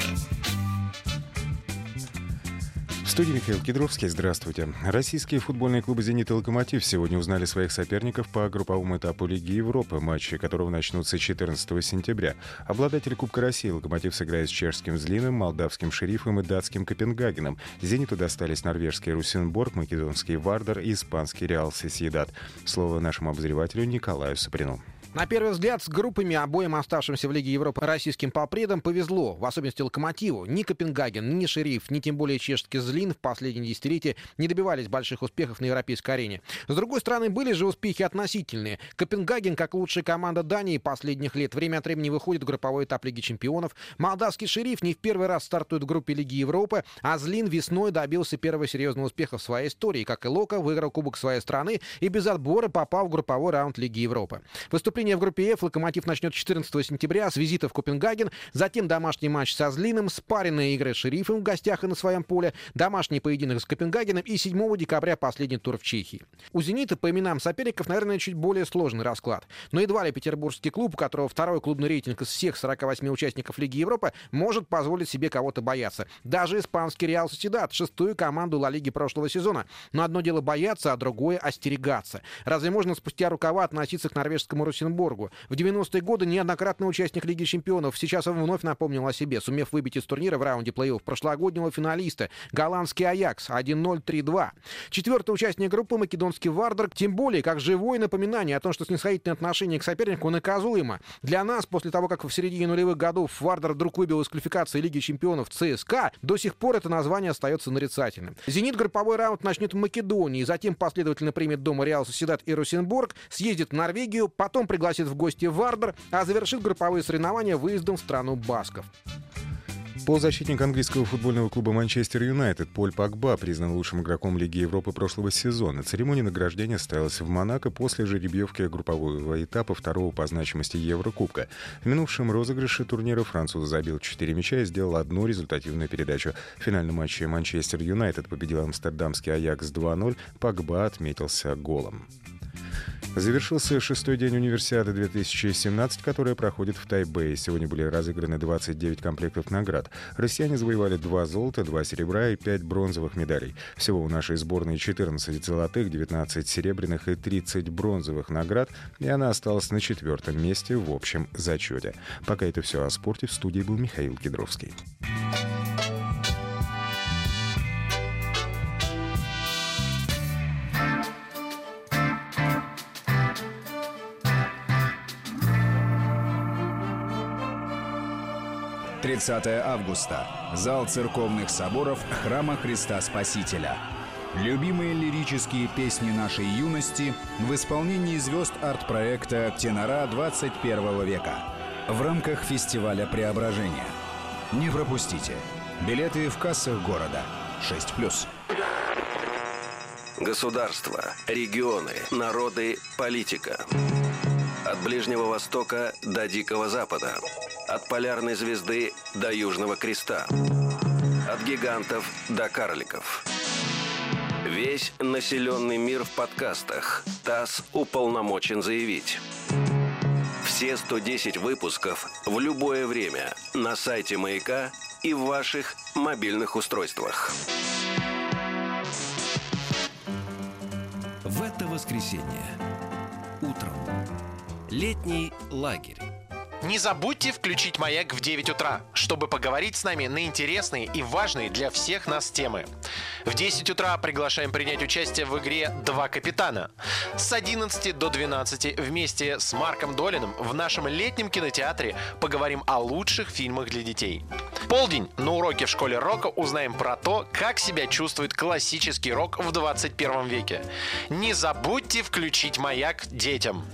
В студии Михаил Кедровский. Здравствуйте. Российские футбольные клубы «Зенит» и «Локомотив» сегодня узнали своих соперников по групповому этапу Лиги Европы, матчи которого начнутся четырнадцатого сентября. Обладатель Кубка России «Локомотив» сыграет с чешским «Злином», молдавским «Шерифом» и датским «Копенгагеном». «Зениту» достались норвежский «Русенборг», македонский «Вардар» и испанский «Реал Сосьедад». Слово нашему обозревателю Николаю Саприну. На первый взгляд, с группами обоим оставшимся в Лиге Европы российским полпредам повезло, в особенности «Локомотиву». Ни Копенгаген, ни «Шериф», ни тем более чешский «Злин» в последние десятилетия не добивались больших успехов на европейской арене. С другой стороны, были же успехи относительные. Копенгаген, как лучшая команда Дании последних лет, время от времени выходит в групповой этап Лиги Чемпионов. Молдавский «Шериф» не в первый раз стартует в группе Лиги Европы, а «Злин» весной добился первого серьезного успеха в своей истории. Как и «Лока», выиграл Кубок своей страны и без отбора попал в групповой раунд Лиги Европы. Выступление в группе F «Локомотив» начнет четырнадцатого сентября с визита в Копенгаген, затем домашний матч со «Злином», спаренные игры с «Шерифом» в гостях и на своем поле, домашний поединок с Копенгагеном и седьмого декабря последний тур в Чехии. У «Зенита» по именам соперников, наверное, чуть более сложный расклад. Но едва ли петербургский клуб, у которого второй клубный рейтинг из всех сорока восьми участников Лиги Европы, может позволить себе кого-то бояться. Даже испанский «Реал Сосьедад», шестую команду Ла Лиги прошлого сезона. Но одно дело бояться, а другое остерегаться. Разве можно спустя рукава относиться к норвежскому «Русенборгу»? В девяностые годы неоднократный участник Лиги Чемпионов. Сейчас он вновь напомнил о себе, сумев выбить из турнира в раунде плей-офф прошлогоднего финалиста голландский «Аякс» один ноль три два. Четвертый участник группы македонский «Вардар», тем более как живое напоминание о том, что снисходительное отношение к сопернику наказуемо. Для нас, после того, как в середине нулевых годов «Вардар» вдруг выбил из квалификации Лиги Чемпионов ЦСКА, до сих пор это название остается нарицательным. «Зенит» групповой раунд начнет в Македонии, затем последовательно примет дома «Реал Сосьедад» и «Русенборг», съездит в Норвегию, потом пригласит в гости «Вардар», а завершит групповые соревнования выездом в страну басков. Полузащитник английского футбольного клуба «Манчестер Юнайтед» Поль Погба признан лучшим игроком Лиги Европы прошлого сезона. Церемония награждения состоялась в Монако после жеребьевки группового этапа второго по значимости Еврокубка. В минувшем розыгрыше турнира француз забил четыре мяча и сделал одну результативную передачу. В финальном матче «Манчестер Юнайтед» победил амстердамский «Аякс» два ноль. Погба отметился голом. Завершился шестой день Универсиады две тысячи семнадцать, которая проходит в Тайбэе. Сегодня были разыграны двадцать девять комплектов наград. Россияне завоевали два золота, два серебра и пять бронзовых медалей. Всего у нашей сборной четырнадцать золотых, девятнадцать серебряных и тридцать бронзовых наград, и она осталась на четвертом месте в общем зачете. Пока это все о спорте. В студии был Михаил Кедровский. тридцатое августа. Зал церковных соборов Храма Христа Спасителя. Любимые лирические песни нашей юности в исполнении звезд арт-проекта «Тенора двадцать первого века» в рамках фестиваля «Преображение». Не пропустите. Билеты в кассах города. шесть плюс. Государства, регионы, народы, политика. От Ближнего Востока до Дикого Запада. От Полярной Звезды до Южного Креста. От гигантов до карликов. Весь населенный мир в подкастах. ТАСС уполномочен заявить. Все сто десять выпусков в любое время на сайте «Маяка» и в ваших мобильных устройствах. В это воскресенье утром летний лагерь. Не забудьте включить «Маяк» в девять утра, чтобы поговорить с нами на интересные и важные для всех нас темы. В десять утра приглашаем принять участие в игре «Два капитана». С одиннадцати до двенадцати вместе с Марком Долиным в нашем летнем кинотеатре поговорим о лучших фильмах для детей. Полдень на уроке в школе рока узнаем про то, как себя чувствует классический рок в двадцать первом веке. Не забудьте включить «Маяк» детям.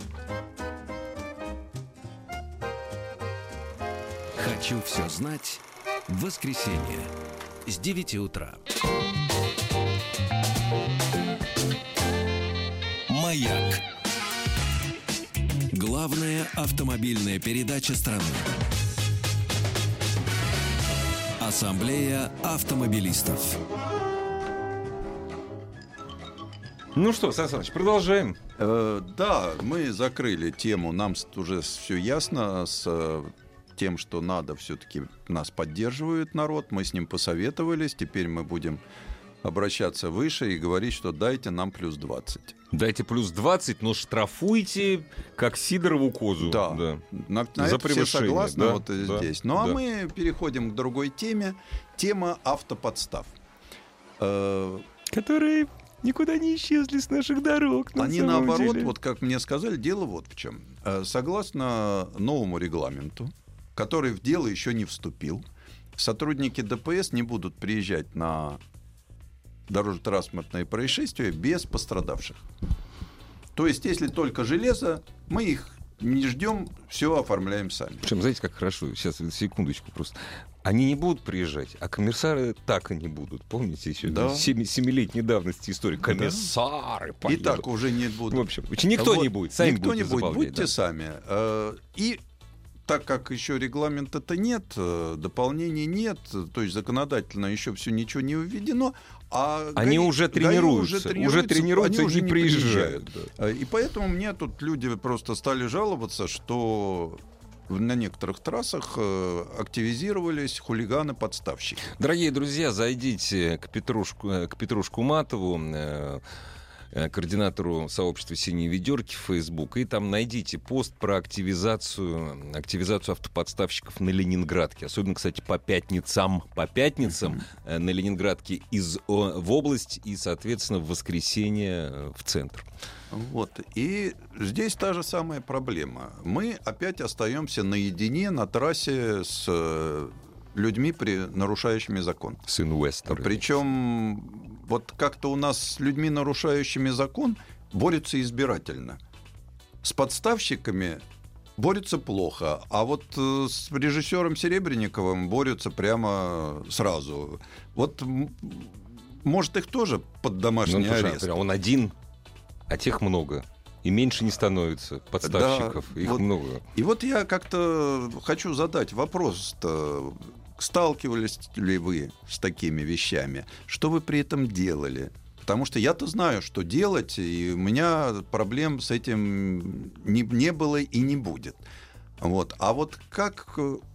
Хочу все знать. В воскресенье с девяти утра. Маяк. Главная автомобильная передача страны. Ассамблея автомобилистов. Ну что, Сан Саныч, продолжаем. Э, да, мы закрыли тему. Нам уже все ясно с тем, что надо, все-таки нас поддерживает народ. Мы с ним посоветовались. Теперь мы будем обращаться выше и говорить, что дайте нам плюс двадцать. Дайте плюс двадцать, но штрафуйте, как Сидорову козу. Да, да. на, на За это все согласны, да, вот да, здесь. Ну, а да. мы переходим к другой теме. Тема автоподстав. Э, Которые никуда не исчезли с наших дорог. На Они наоборот, деле. Вот как мне сказали, дело вот в чем. Э, согласно новому регламенту, который в дело еще не вступил, сотрудники ДПС не будут приезжать на дорожно-транспортные происшествия без пострадавших. То есть, если только железо, мы их не ждем, все оформляем сами. Причем, знаете, как хорошо, сейчас, секундочку просто. Они не будут приезжать, а комиссары так и не будут. Помните еще? Да. Семи, семилетней давности истории. Комиссары да. И так уже не будут. В общем, никто вот, не будет. Сами никто не будет. Будьте да. сами. И так как еще регламента-то нет, дополнений нет, то есть законодательно еще все ничего не введено, а они ГАИ, уже, тренируются, уже тренируются, уже тренируются, они уже не приезжают. приезжают. Да. И поэтому мне тут люди просто стали жаловаться, что на некоторых трассах активизировались хулиганы-подставщики. Дорогие друзья, зайдите к Петрушку, к Петрушку Матову, координатору сообщества «Синие ведерки» в Facebook, и там найдите пост про активизацию, активизацию автоподставщиков на Ленинградке. Особенно, кстати, по пятницам. По пятницам uh-huh. на Ленинградке из, в область и, соответственно, в воскресенье в центр. Вот. И здесь та же самая проблема. Мы опять остаемся наедине на трассе с людьми, при, нарушающими закон. Сын Уэстера. Причем вот как-то у нас с людьми, нарушающими закон, борются избирательно. С подставщиками борются плохо, а вот с режиссером Серебренниковым борются прямо сразу. Вот, может, их тоже под домашний ну, арест. Слушай, он один, а тех много. И меньше не становится подставщиков. Да, их вот, много. И вот я как-то хочу задать вопрос-то. Сталкивались ли вы с такими вещами? Что вы при этом делали? Потому что я-то знаю, что делать, и у меня проблем с этим не, не было и не будет. Вот. А вот как...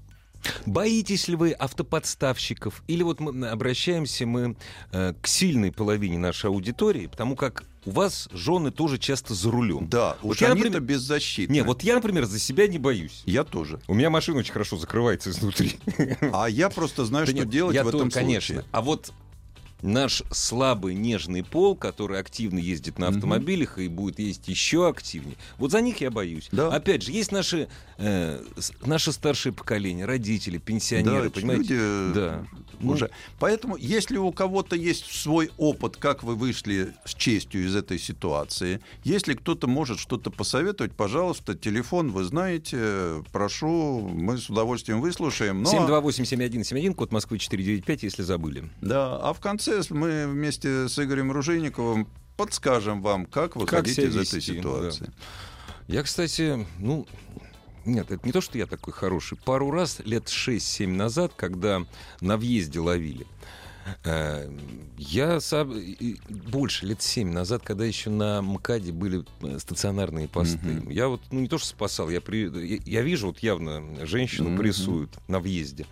Боитесь ли вы автоподставщиков? Или вот мы обращаемся мы э, к сильной половине нашей аудитории, потому как у вас жены тоже часто за рулем. Да, вот уж я, они-то например... беззащитны. Не, вот я, например, за себя не боюсь. Я тоже. У меня машина очень хорошо закрывается изнутри. А я просто знаю, что делать в этом случае. Конечно. А вот наш слабый нежный пол, который активно ездит на автомобилях и будет ездить еще активнее. Вот за них я боюсь. Да. Опять же, есть наши, э, наше старшее поколение, родители, пенсионеры, Да, понимаете? люди Да. уже. Поэтому, если у кого-то есть свой опыт, как вы вышли с честью из этой ситуации, если кто-то может что-то посоветовать, пожалуйста, телефон вы знаете, прошу, мы с удовольствием выслушаем. Но... семь два восемь семь один семь один, код Москвы четыре девять пять, если забыли. Да, а в конце мы вместе с Игорем Ружейниковым подскажем вам, как выходить как из вести, этой ситуации. Да. Я, кстати, ну... Нет, это не то, что я такой хороший. Пару раз, лет шесть-семь назад, когда на въезде ловили, э, я больше лет семь назад, когда еще на МКАДе были стационарные посты, mm-hmm. я вот, ну не то, что спасал, я, при, я, я вижу, вот явно женщину mm-hmm. прессуют на въезде.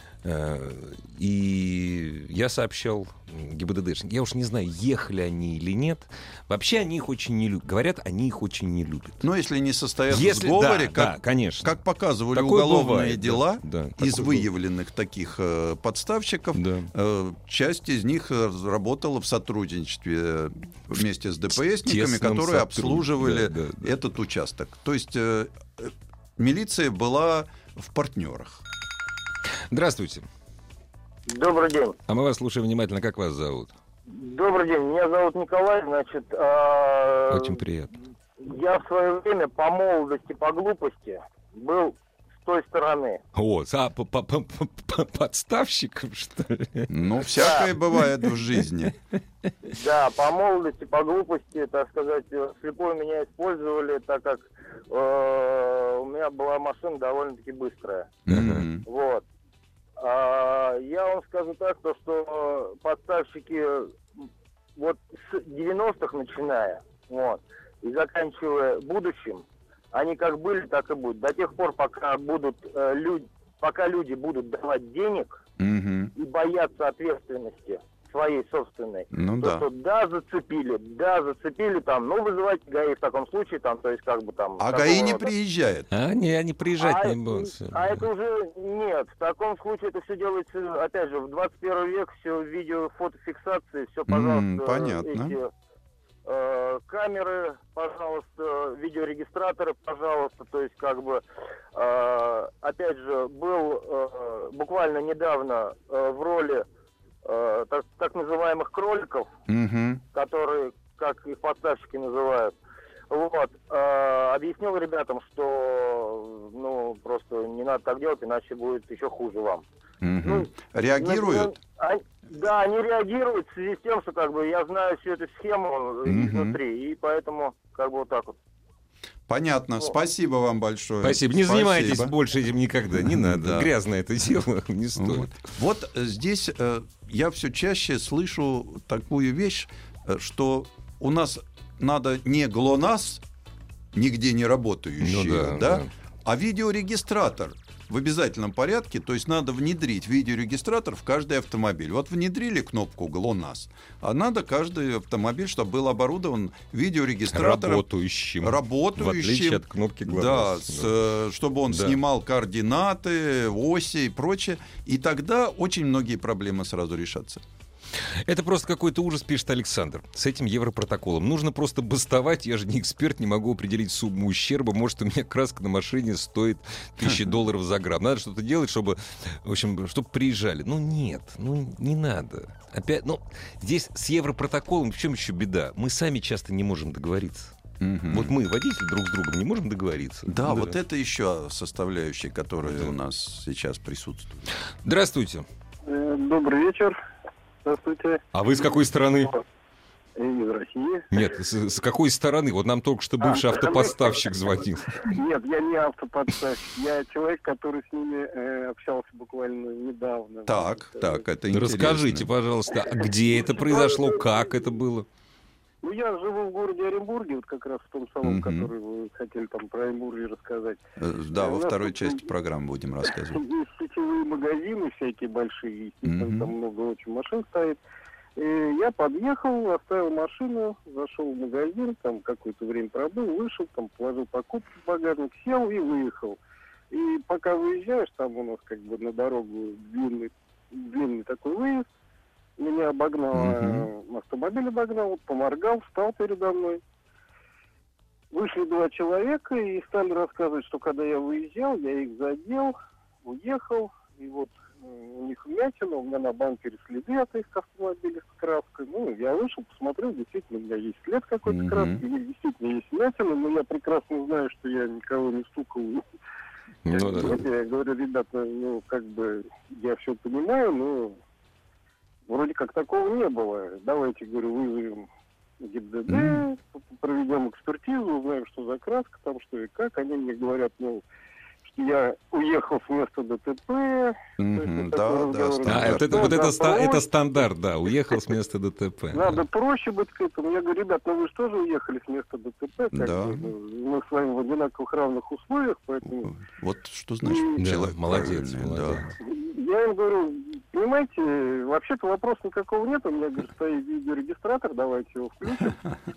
И я сообщал ГИБДДшникам. Я уж не знаю, ехали они или нет. Вообще они их очень не любят. Говорят, они их очень не любят. Но если не состоят если, в сговоре, да, как, да, конечно. как показывали такое уголовные бывает, дела, да, да, из выявленных бывает. таких э, подставщиков, да. э, часть из них работала в сотрудничестве вместе с ДПСниками, которые обслуживали да, да, да. этот участок. То есть э, милиция была в партнерах. Здравствуйте. Добрый день. А мы вас слушаем внимательно. Как вас зовут? Добрый день. Меня зовут Николай. Значит, э, очень приятно. Я в свое время по молодости, по глупости был с той стороны. О, а, по, по, по, по, подставщиком, что ли? Ну, всякое бывает в жизни. Да, по молодости, по глупости, так сказать, слепой меня использовали, так как э, у меня была машина довольно-таки быстрая. Mm-hmm. Вот. А, я вам скажу так, то, что подставщики вот с девяностых начиная, вот, и заканчивая будущим, они как были, так и будут. До тех пор, пока будут э, люди, пока люди будут давать денег mm-hmm. и бояться ответственности своей собственной, ну, то, да. что да, зацепили, да, зацепили там, ну, вызывайте ГАИ в таком случае, там, то есть, как бы там... А ГАИ не приезжает? А, не, они приезжать а, не будут. А это уже нет. В таком случае это все делается, опять же, в двадцать первый век, все видео, фотофиксации, все, пожалуйста, mm, понятно. эти э, камеры, пожалуйста, видеорегистраторы, пожалуйста, то есть, как бы, э, опять же, был э, буквально недавно э, в роли Э, так, так называемых кроликов, mm-hmm. которые, как их подставщики называют, вот, э, объяснил ребятам, что, ну, просто не надо так делать, иначе будет еще хуже вам. Mm-hmm. Ну, реагируют? Ну, они, да, они реагируют в связи с тем, что, как бы, я знаю всю эту схему mm-hmm. изнутри, и поэтому, как бы, вот так вот. Понятно. Спасибо вам большое. Спасибо. Не Спасибо. Занимайтесь больше этим никогда. Не надо. Да. Грязное это дело. Не стоит. Вот, вот здесь э, я все чаще слышу такую вещь, что у нас надо не ГЛОНАСС, нигде не работающий, ну, да, да, да. а видеорегистратор в обязательном порядке, то есть надо внедрить видеорегистратор в каждый автомобиль. Вот внедрили кнопку ГЛОНАСС, а надо каждый автомобиль, чтобы был оборудован видеорегистратором. Работающим. Работающим. В отличие от кнопки ГЛОНАСС. Да, с, да. чтобы он да. снимал координаты, оси и прочее. И тогда очень многие проблемы сразу решатся. Это просто какой-то ужас, пишет Александр. С этим европротоколом. Нужно просто бастовать. Я же не эксперт, не могу определить сумму ущерба. Может, у меня краска на машине стоит тысячи долларов за грамм. Надо что-то делать, чтобы, в общем, чтобы приезжали. Ну, нет, ну, не надо. Опять, ну, здесь с европротоколом в чем еще беда? Мы сами часто не можем договориться. Угу. Вот мы, водители, друг с другом не можем договориться. Да, да. Вот это еще составляющая, которая да. у нас сейчас присутствует. Здравствуйте. Добрый вечер. Здравствуйте. А вы с какой стороны? Из России. Нет, с, с какой стороны? Вот нам только что бывший а, автоподставщик звонил. Нет, я не автоподставщик. Я человек, который с ними э, общался буквально недавно. Так, вот, так, это интересно. Расскажите, пожалуйста, где это произошло, как это было? Ну, я живу в городе Оренбурге, вот как раз в том самом, угу. который вы хотели там про Оренбург рассказать. Да, во второй части программы будем рассказывать. Есть сетевые магазины всякие большие, естественно, угу. там много очень машин стоит. И я подъехал, оставил машину, зашел в магазин, там какое-то время пробыл, вышел, там положил покупки в багажник, сел и выехал. И пока выезжаешь, там у нас как бы на дорогу длинный, длинный такой выезд, меня обогнал, Мгм. автомобиль обогнал, поморгал, встал передо мной. Вышли два человека и стали рассказывать, что когда я выезжал, я их задел, уехал, и вот э, у них вмятина, у меня на бампере следы от их автомобиля с краской. Ну, я вышел, посмотрел, действительно, у меня есть след какой-то Мгм. краски, у них действительно есть вмятина, но я прекрасно знаю, что я никого не стукал. Ну, да. Вот я говорю, ребята, ну, как бы, я все понимаю, но вроде как такого не было. Давайте, говорю, вызовем ГИБДД, Мгм. проведем экспертизу, узнаем, что за краска, там что и как. Они мне говорят, ну, что я уехал с места ДТП. Мгм. такой Да, да, разговор. А, стандарт. вот это, вот это, Надо ста- это проще. стандарт, да. Уехал с места ДТП. Надо проще быть к этому. Я говорю, ребят, ну вы же тоже уехали с места ДТП. Как Да. бы, ну, мы с вами в одинаковых равных условиях, поэтому... Вот что значит Да, человек молодец, правильный, молодец. да. Я им говорю, понимаете, вообще-то вопроса никакого нет. У меня, говорит, стоит видеорегистратор, давайте его включим.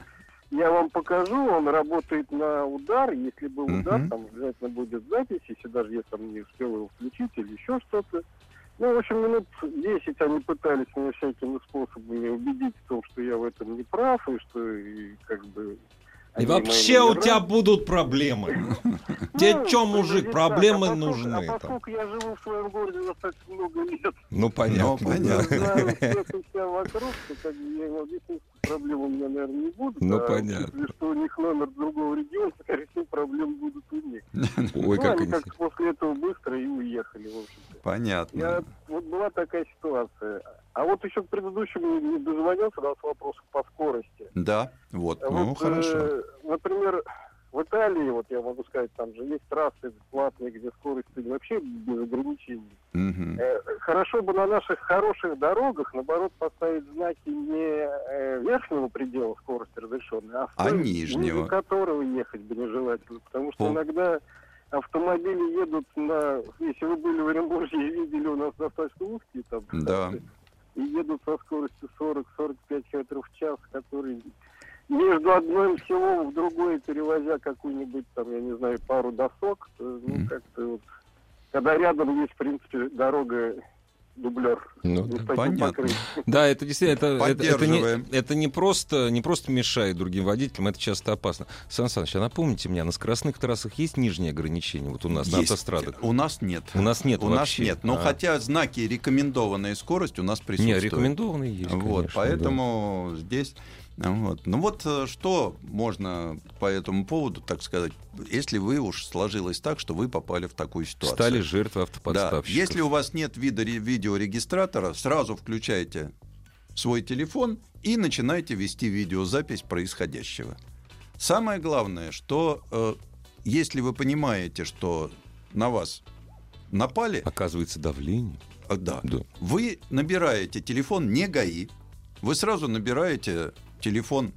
Я вам покажу, он работает на удар. Если был удар, Мгм. там обязательно будет запись, если даже я там не успел его включить или еще что-то. Ну, в общем, минут десять они пытались меня всякими способами убедить в том, что я в этом не прав, и что и как бы... И они вообще мои у тебя номера. будут проблемы. Ну, Тебе что, мужик, так, проблемы а поскольку- нужны? А там? поскольку я живу в своем городе достаточно много лет, Ну, понятно. Ну, понятно. да. знаю всех и вся вокруг, то как бы я им объясню, что проблем у меня, наверное, не будут. Ну, а понятно. учитывая, что у них номер другого региона, скорее всего, проблемы будут у них. Ой, Ну, как они интересно. как после этого быстро и уехали, в общем-то. Понятно. Я, вот была такая ситуация. А вот еще к предыдущему не дозвонился, дал вопрос по скорости. Да, вот, ну Вот, хорошо. э, например, в Италии, вот я могу сказать, там же есть трассы платные, где скорость вообще без ограничений. Мгм. Э, Хорошо бы на наших хороших дорогах, наоборот, поставить знаки не э, верхнего предела скорости разрешенной, а, А стоит, нижнего. ниже которого ехать бы нежелательно. Потому что По- иногда автомобили едут на... Если вы были в Оренбурге и видели, у нас достаточно узкие там Да. трассы, и едут со скоростью сорок-сорок пять километров в час, которые между одним селом в другое, перевозя какую-нибудь там, я не знаю, пару досок, то, ну, Мгм. как-то вот... Когда рядом есть, в принципе, дорога дублер. Ну, с да, таким понятно. покрытием. Да, это действительно это, это, это, не, Поддерживаем. это не просто не просто мешает другим водителям, это часто опасно. Сан Саныч, а напомните мне, на скоростных трассах есть нижние ограничения? Вот у нас на Есть. автострадах. У нас нет. У нас нет У вообще. нас нет. Но А. хотя знаки рекомендованная скорость у нас присутствуют. Не, рекомендованные есть, Вот, конечно, поэтому здесь... Вот. Ну вот э, что можно по этому поводу, так сказать, если вы уж сложилось так, что вы попали в такую ситуацию. Стали жертвой Да. автоподставщиков. Если у вас нет вида ре- видеорегистратора, сразу включайте свой телефон и начинайте вести видеозапись происходящего. Самое главное, что э, если вы понимаете, что на вас напали, Оказывается, давление. э, да, Да. вы набираете телефон не ГАИ, вы сразу набираете телефон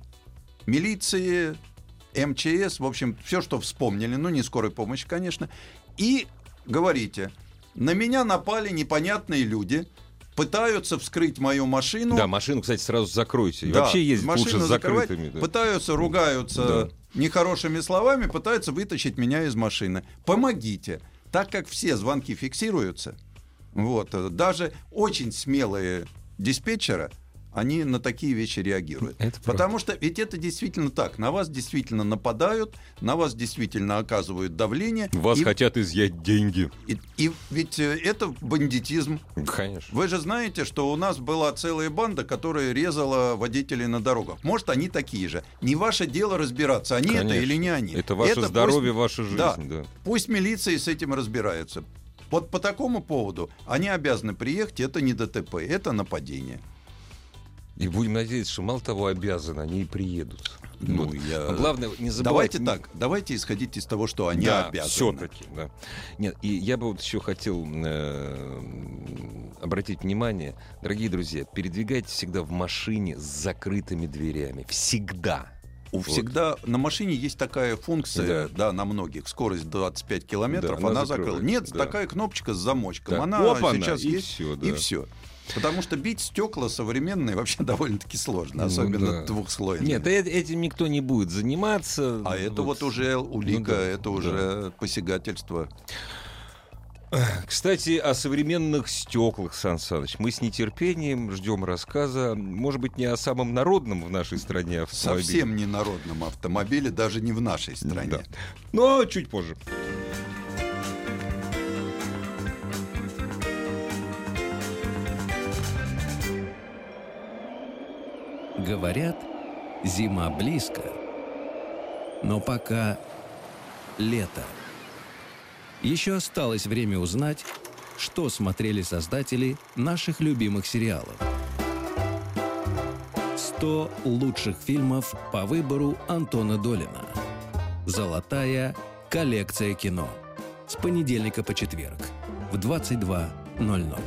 милиции, эм че эс, в общем, все, что вспомнили, ну, не скорой помощи, конечно, и говорите: на меня напали непонятные люди, пытаются вскрыть мою машину. Да, машину, кстати, сразу закройте. И Да, вообще ездить машину лучше с закрывать, закрытыми. Да. Пытаются, ругаются Да. нехорошими словами, пытаются вытащить меня из машины. Помогите. Так как все звонки фиксируются, вот, э, даже очень смелые диспетчеры, они на такие вещи реагируют. Это Потому что ведь это действительно так. На вас действительно нападают, на вас действительно оказывают давление. Вас и, хотят изъять деньги. и, и ведь э, это бандитизм. Конечно. Вы же знаете, что у нас была целая банда, которая резала водителей на дорогах. Может, они такие же. Не ваше дело разбираться, они Конечно. это или не они. Это ваше здоровье, ваша жизнь. Да. Да. Пусть милиция с этим разбирается. Вот по такому поводу они обязаны приехать, это не ДТП, это нападение. И будем надеяться, что мало того обязаны, они и приедут. Ну, Вот. я... Но главное, не забывайте... Давайте так, давайте исходить из того, что они да, обязаны. все-таки, да. Нет, и я бы вот еще хотел э, обратить внимание, дорогие друзья, передвигайтесь всегда в машине с закрытыми дверями. Всегда. У Вот. всегда на машине есть такая функция, Да. да, на многих, скорость двадцать пять километров, Да, она она закрыла. закрывает, Нет, да. такая кнопочка с замочком, Да. она Опа-на, сейчас и есть, всё, да. и все. Потому что бить стекла современные вообще довольно-таки сложно, Ну особенно да. двухслойные. Нет, э- этим никто не будет заниматься. А это вот уже улика, Ну да, это уже посягательство. Кстати, о современных стеклах, Сан Саныч. Мы с нетерпением ждем рассказа, может быть, не о самом народном в нашей стране автомобиле. Совсем не народном автомобиле, даже не в нашей стране. Да. Но чуть позже. Говорят, зима близко, но пока лето. Еще осталось время узнать, что смотрели создатели наших любимых сериалов. сто лучших фильмов по выбору Антона Долина. Золотая коллекция кино. С понедельника по четверг в двадцать два ноль ноль.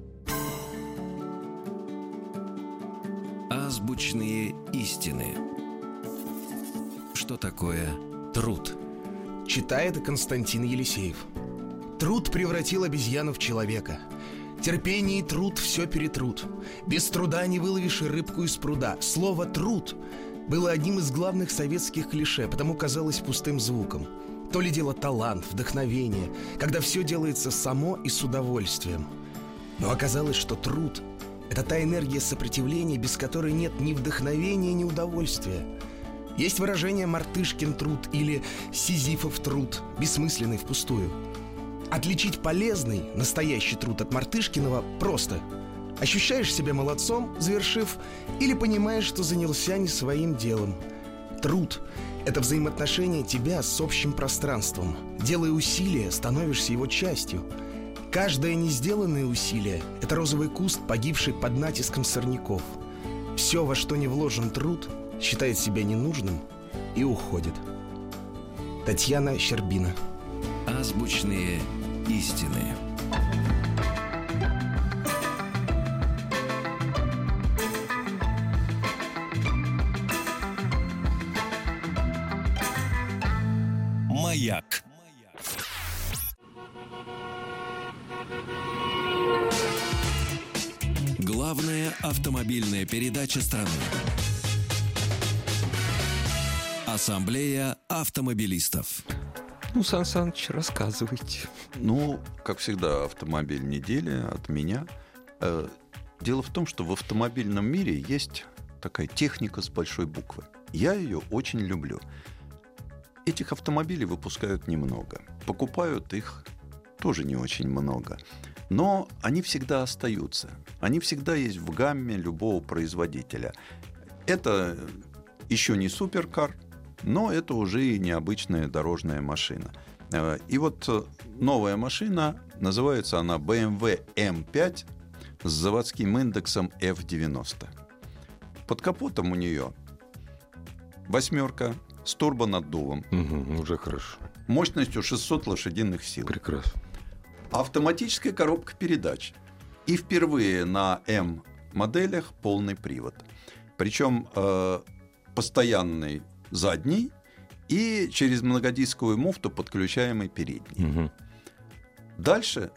Азбучные истины. Что такое труд? Читает Константин Елисеев. Труд превратил обезьяну в человека. Терпение и труд все перетрут. Без труда не выловишь и рыбку из пруда. Слово «труд» было одним из главных советских клише, потому казалось пустым звуком. То ли дело талант, вдохновение, когда все делается само и с удовольствием. Но оказалось, что труд — это та энергия сопротивления, без которой нет ни вдохновения, ни удовольствия. Есть выражение «мартышкин труд» или «сизифов труд», бессмысленный впустую. Отличить полезный, настоящий труд от мартышкиного просто. Ощущаешь себя молодцом, завершив, или понимаешь, что занялся не своим делом. Труд — это взаимоотношение тебя с общим пространством. Делая усилия, становишься его частью. Каждое несделанное усилие — это розовый куст, погибший под натиском сорняков. Все, во что не вложен труд, считает себя ненужным и уходит. Татьяна Щербина. Азбучные истины. Маяк. Главная автомобильная передача страны. Ассамблея автомобилистов. Ну, Сан Саныч, рассказывайте. Ну, как всегда, автомобиль недели от меня. Дело в том, что в автомобильном мире есть такая техника с большой буквы. Я ее очень люблю. Этих автомобилей выпускают немного. Покупают их тоже не очень много. Но они всегда остаются. Они всегда есть в гамме любого производителя. Это еще не суперкар, но это уже и необычная дорожная машина. И вот новая машина, называется она бэ эм вэ эм пять с заводским индексом эф девяносто. Под капотом у нее восьмерка с турбонаддувом. Угу, уже хорошо. Мощностью шестьсот лошадиных сил. Прекрасно. Автоматическая коробка передач. И впервые на М-моделях полный привод. Причем э, постоянный задний и через многодисковую муфту подключаемый передний. Угу. Дальше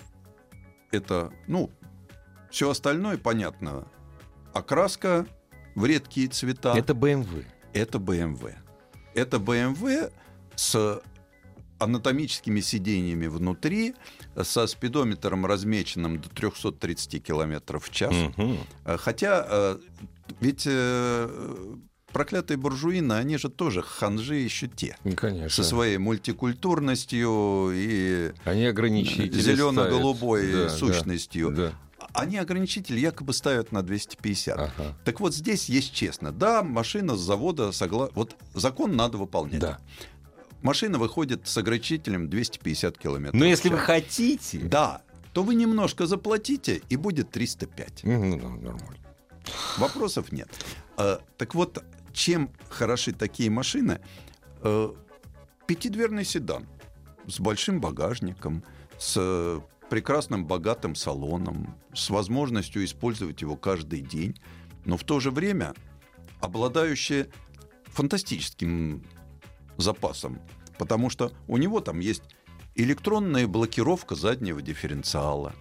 это, ну, все остальное понятно. Окраска в редкие цвета. Это бэ эм вэ. Это бэ эм вэ. Это бэ эм вэ с анатомическими сиденьями внутри, со спидометром, размеченным до триста тридцать километров в час. Угу. Хотя ведь проклятые буржуины, они же тоже ханжи еще те. Конечно. Со своей мультикультурностью и они ограничители зелено-голубой да, сущностью. Да, да. Они ограничители якобы ставят на двести пятьдесят. Ага. Так вот здесь есть честно. Да, машина с завода согласна. Вот закон надо выполнять. Да. Машина выходит с ограничителем двести пятьдесят километров. Но если вы хотите... Да, то вы немножко заплатите, и будет триста пять. Ну, нормально. Вопросов нет. А, так вот, чем хороши такие машины? А, пятидверный седан с большим багажником, с прекрасным богатым салоном, с возможностью использовать его каждый день, но в то же время обладающий фантастическим запасом, потому что у него там есть электронная блокировка заднего дифференциала,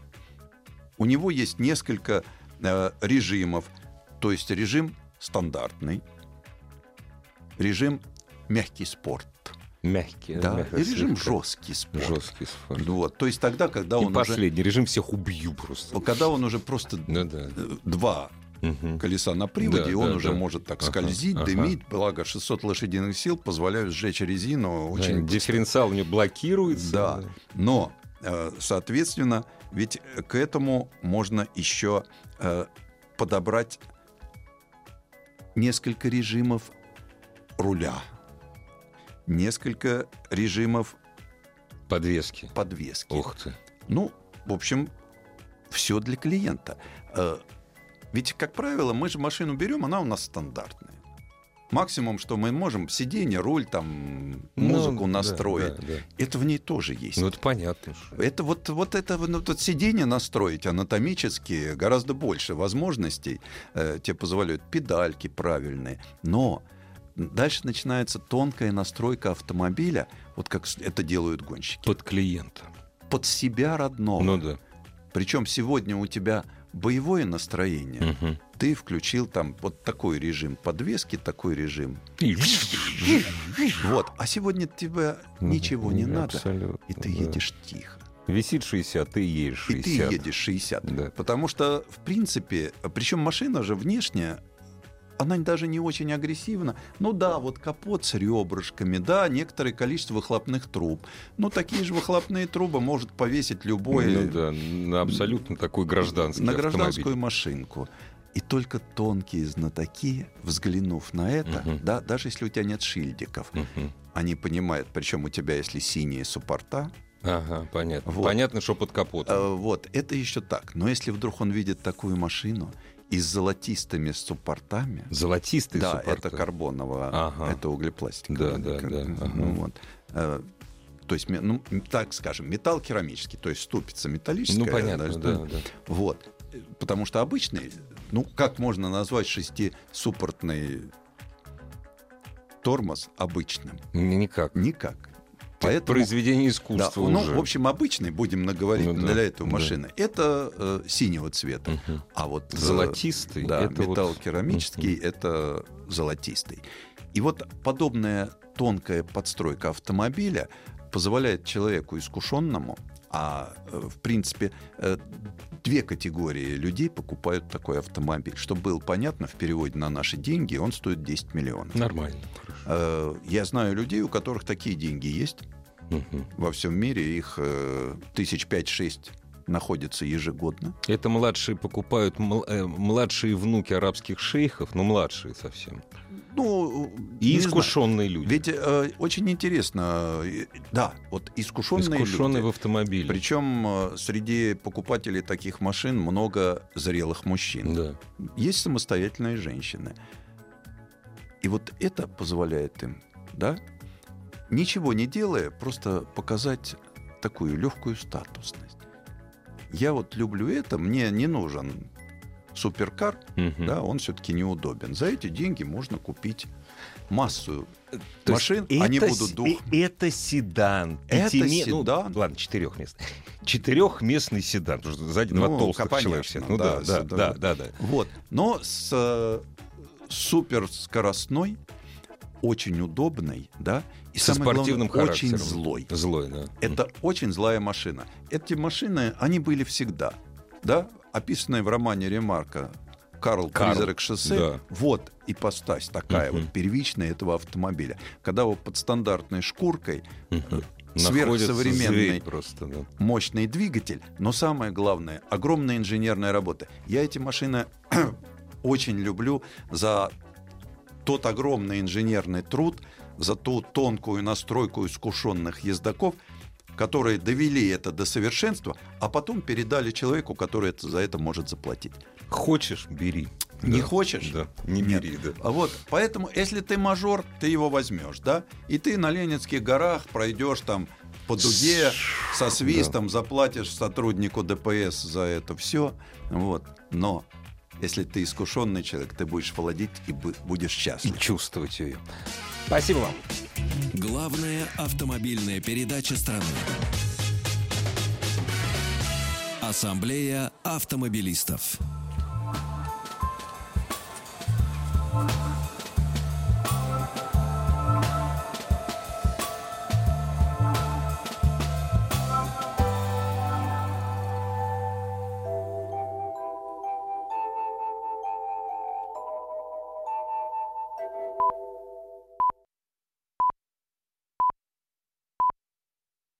у него есть несколько э, режимов, то есть режим стандартный, режим мягкий спорт, Мягкий. Да, и режим жесткий спорт. Жесткий спорт. Вот. То есть тогда, когда и он последний уже... режим всех убью просто. Когда он уже просто ну, да. два угу. колеса на приводе, да, и он да, уже да. может так ага, скользить, ага. дымить. Благо шестьсот лошадиных сил позволяют сжечь резину. Да, очень... Дифференциал у него блокируется. Да, да. Но, соответственно, ведь к этому можно еще подобрать несколько режимов руля. Несколько режимов подвески. подвески. Ух ты. Ну, в общем, все для клиента. Ведь, как правило, мы же машину берем, она у нас стандартная. Максимум, что мы можем, сиденье, руль, там, музыку ну, настроить. Да, да, да. Это в ней тоже есть. Ну, это понятно. Это вот, вот это ну, вот сиденье настроить анатомически гораздо больше возможностей. Э, тебе позволяют педальки правильные. Но дальше начинается тонкая настройка автомобиля, вот как это делают гонщики. Под клиента. Под себя родного. Ну да. Причем сегодня у тебя боевое настроение. Угу. Ты включил там вот такой режим подвески, такой режим. Вот. А сегодня тебе ничего не надо, и ты едешь тихо. Висит шестьдесят, ты едешь шестьдесят. И ты едешь шестьдесят. Да. Потому что, в принципе, причем машина же внешняя, она даже не очень агрессивна. Ну да, вот капот с ребрышками, да, некоторое количество выхлопных труб. Ну, такие же выхлопные трубы может повесить любой... Ну да, на абсолютно такой гражданский на автомобиль. Гражданскую машинку. И только тонкие знатоки, взглянув на это, uh-huh. да, даже если у тебя нет шильдиков, uh-huh. они понимают, причем у тебя, если синие суппорта... Ага, понятно. Вот. Понятно, что под капотом. А, вот, это еще так. Но если вдруг он видит такую машину и с золотистыми суппортами... Золотистые да, суппорты? Да, это карбонового, ага. это углепластик. Да, да, как, да. Ага. Ну, вот. а, то есть, ну, так скажем, металл керамический, то есть ступица металлическая. Ну, понятно, да, да, да. да. Вот. Потому что обычный, ну, как можно назвать шестисуппортный тормоз обычным? Никак. Никак. Поэтому, произведение искусства да, уже. Ну, в общем, обычный, будем наговорить ну, для да, этой машины, да. это э, синего цвета. Uh-huh. А вот золотистый, э, да, это металл вот... керамический, uh-huh. это золотистый. И вот подобная тонкая подстройка автомобиля позволяет человеку искушенному, а в принципе две категории людей покупают такой автомобиль. Чтобы было понятно, в переводе на наши деньги он стоит десять миллионов. Нормально. Я знаю людей, у которых такие деньги есть. Угу. Во всем мире их тысяч пять-шесть находится ежегодно. Это младшие покупают, младшие внуки арабских шейхов, но младшие совсем. Ну, и искушенные знаю. Люди. Ведь э, очень интересно, э, да, вот искушенные, искушенные люди. в автомобиле. Причем э, среди покупателей таких машин много зрелых мужчин. Да. Есть самостоятельные женщины. И вот это позволяет им, да, ничего не делая, просто показать такую легкую статусность. Я вот люблю это, мне не нужен суперкар, uh-huh. да, он все-таки неудобен. За эти деньги можно купить массу То машин, это, они будут дух... Это седан. Это Пятиме... седан. Ну, ладно, четырехместный. Четырехместный седан, потому что сзади ну, два толстых человека. Ну да, да, да, да, да, да. Вот. Но с э, суперскоростной, очень удобной, да, и со самое спортивным главное, характером. Очень злой. Злой, да. Это mm. очень злая машина. Эти машины, они были всегда, да, описанные в романе Ремарка «Карл, Карл. Призрак шоссе». Да. Вот ипостась такая uh-huh. вот первичная этого автомобиля. Когда вот под стандартной шкуркой uh-huh. сверхсовременный просто, да. мощный двигатель, но самое главное, огромная инженерная работа. Я эти машины очень люблю за тот огромный инженерный труд, за ту тонкую настройку искушенных ездаков, которые довели это до совершенства, а потом передали человеку, который это, за это может заплатить. Хочешь — бери. Не да. хочешь? Да. Не бери, Нет. да. А вот, поэтому, если ты мажор, ты его возьмешь, да? И ты на Ленинских горах пройдешь там по дуге со свистом, да. заплатишь сотруднику ДПС за это все. Вот. Но если ты искушенный человек, ты будешь владеть и будешь счастлив. И чувствовать ее. Спасибо вам. Главная автомобильная передача страны. Ассамблея автомобилистов.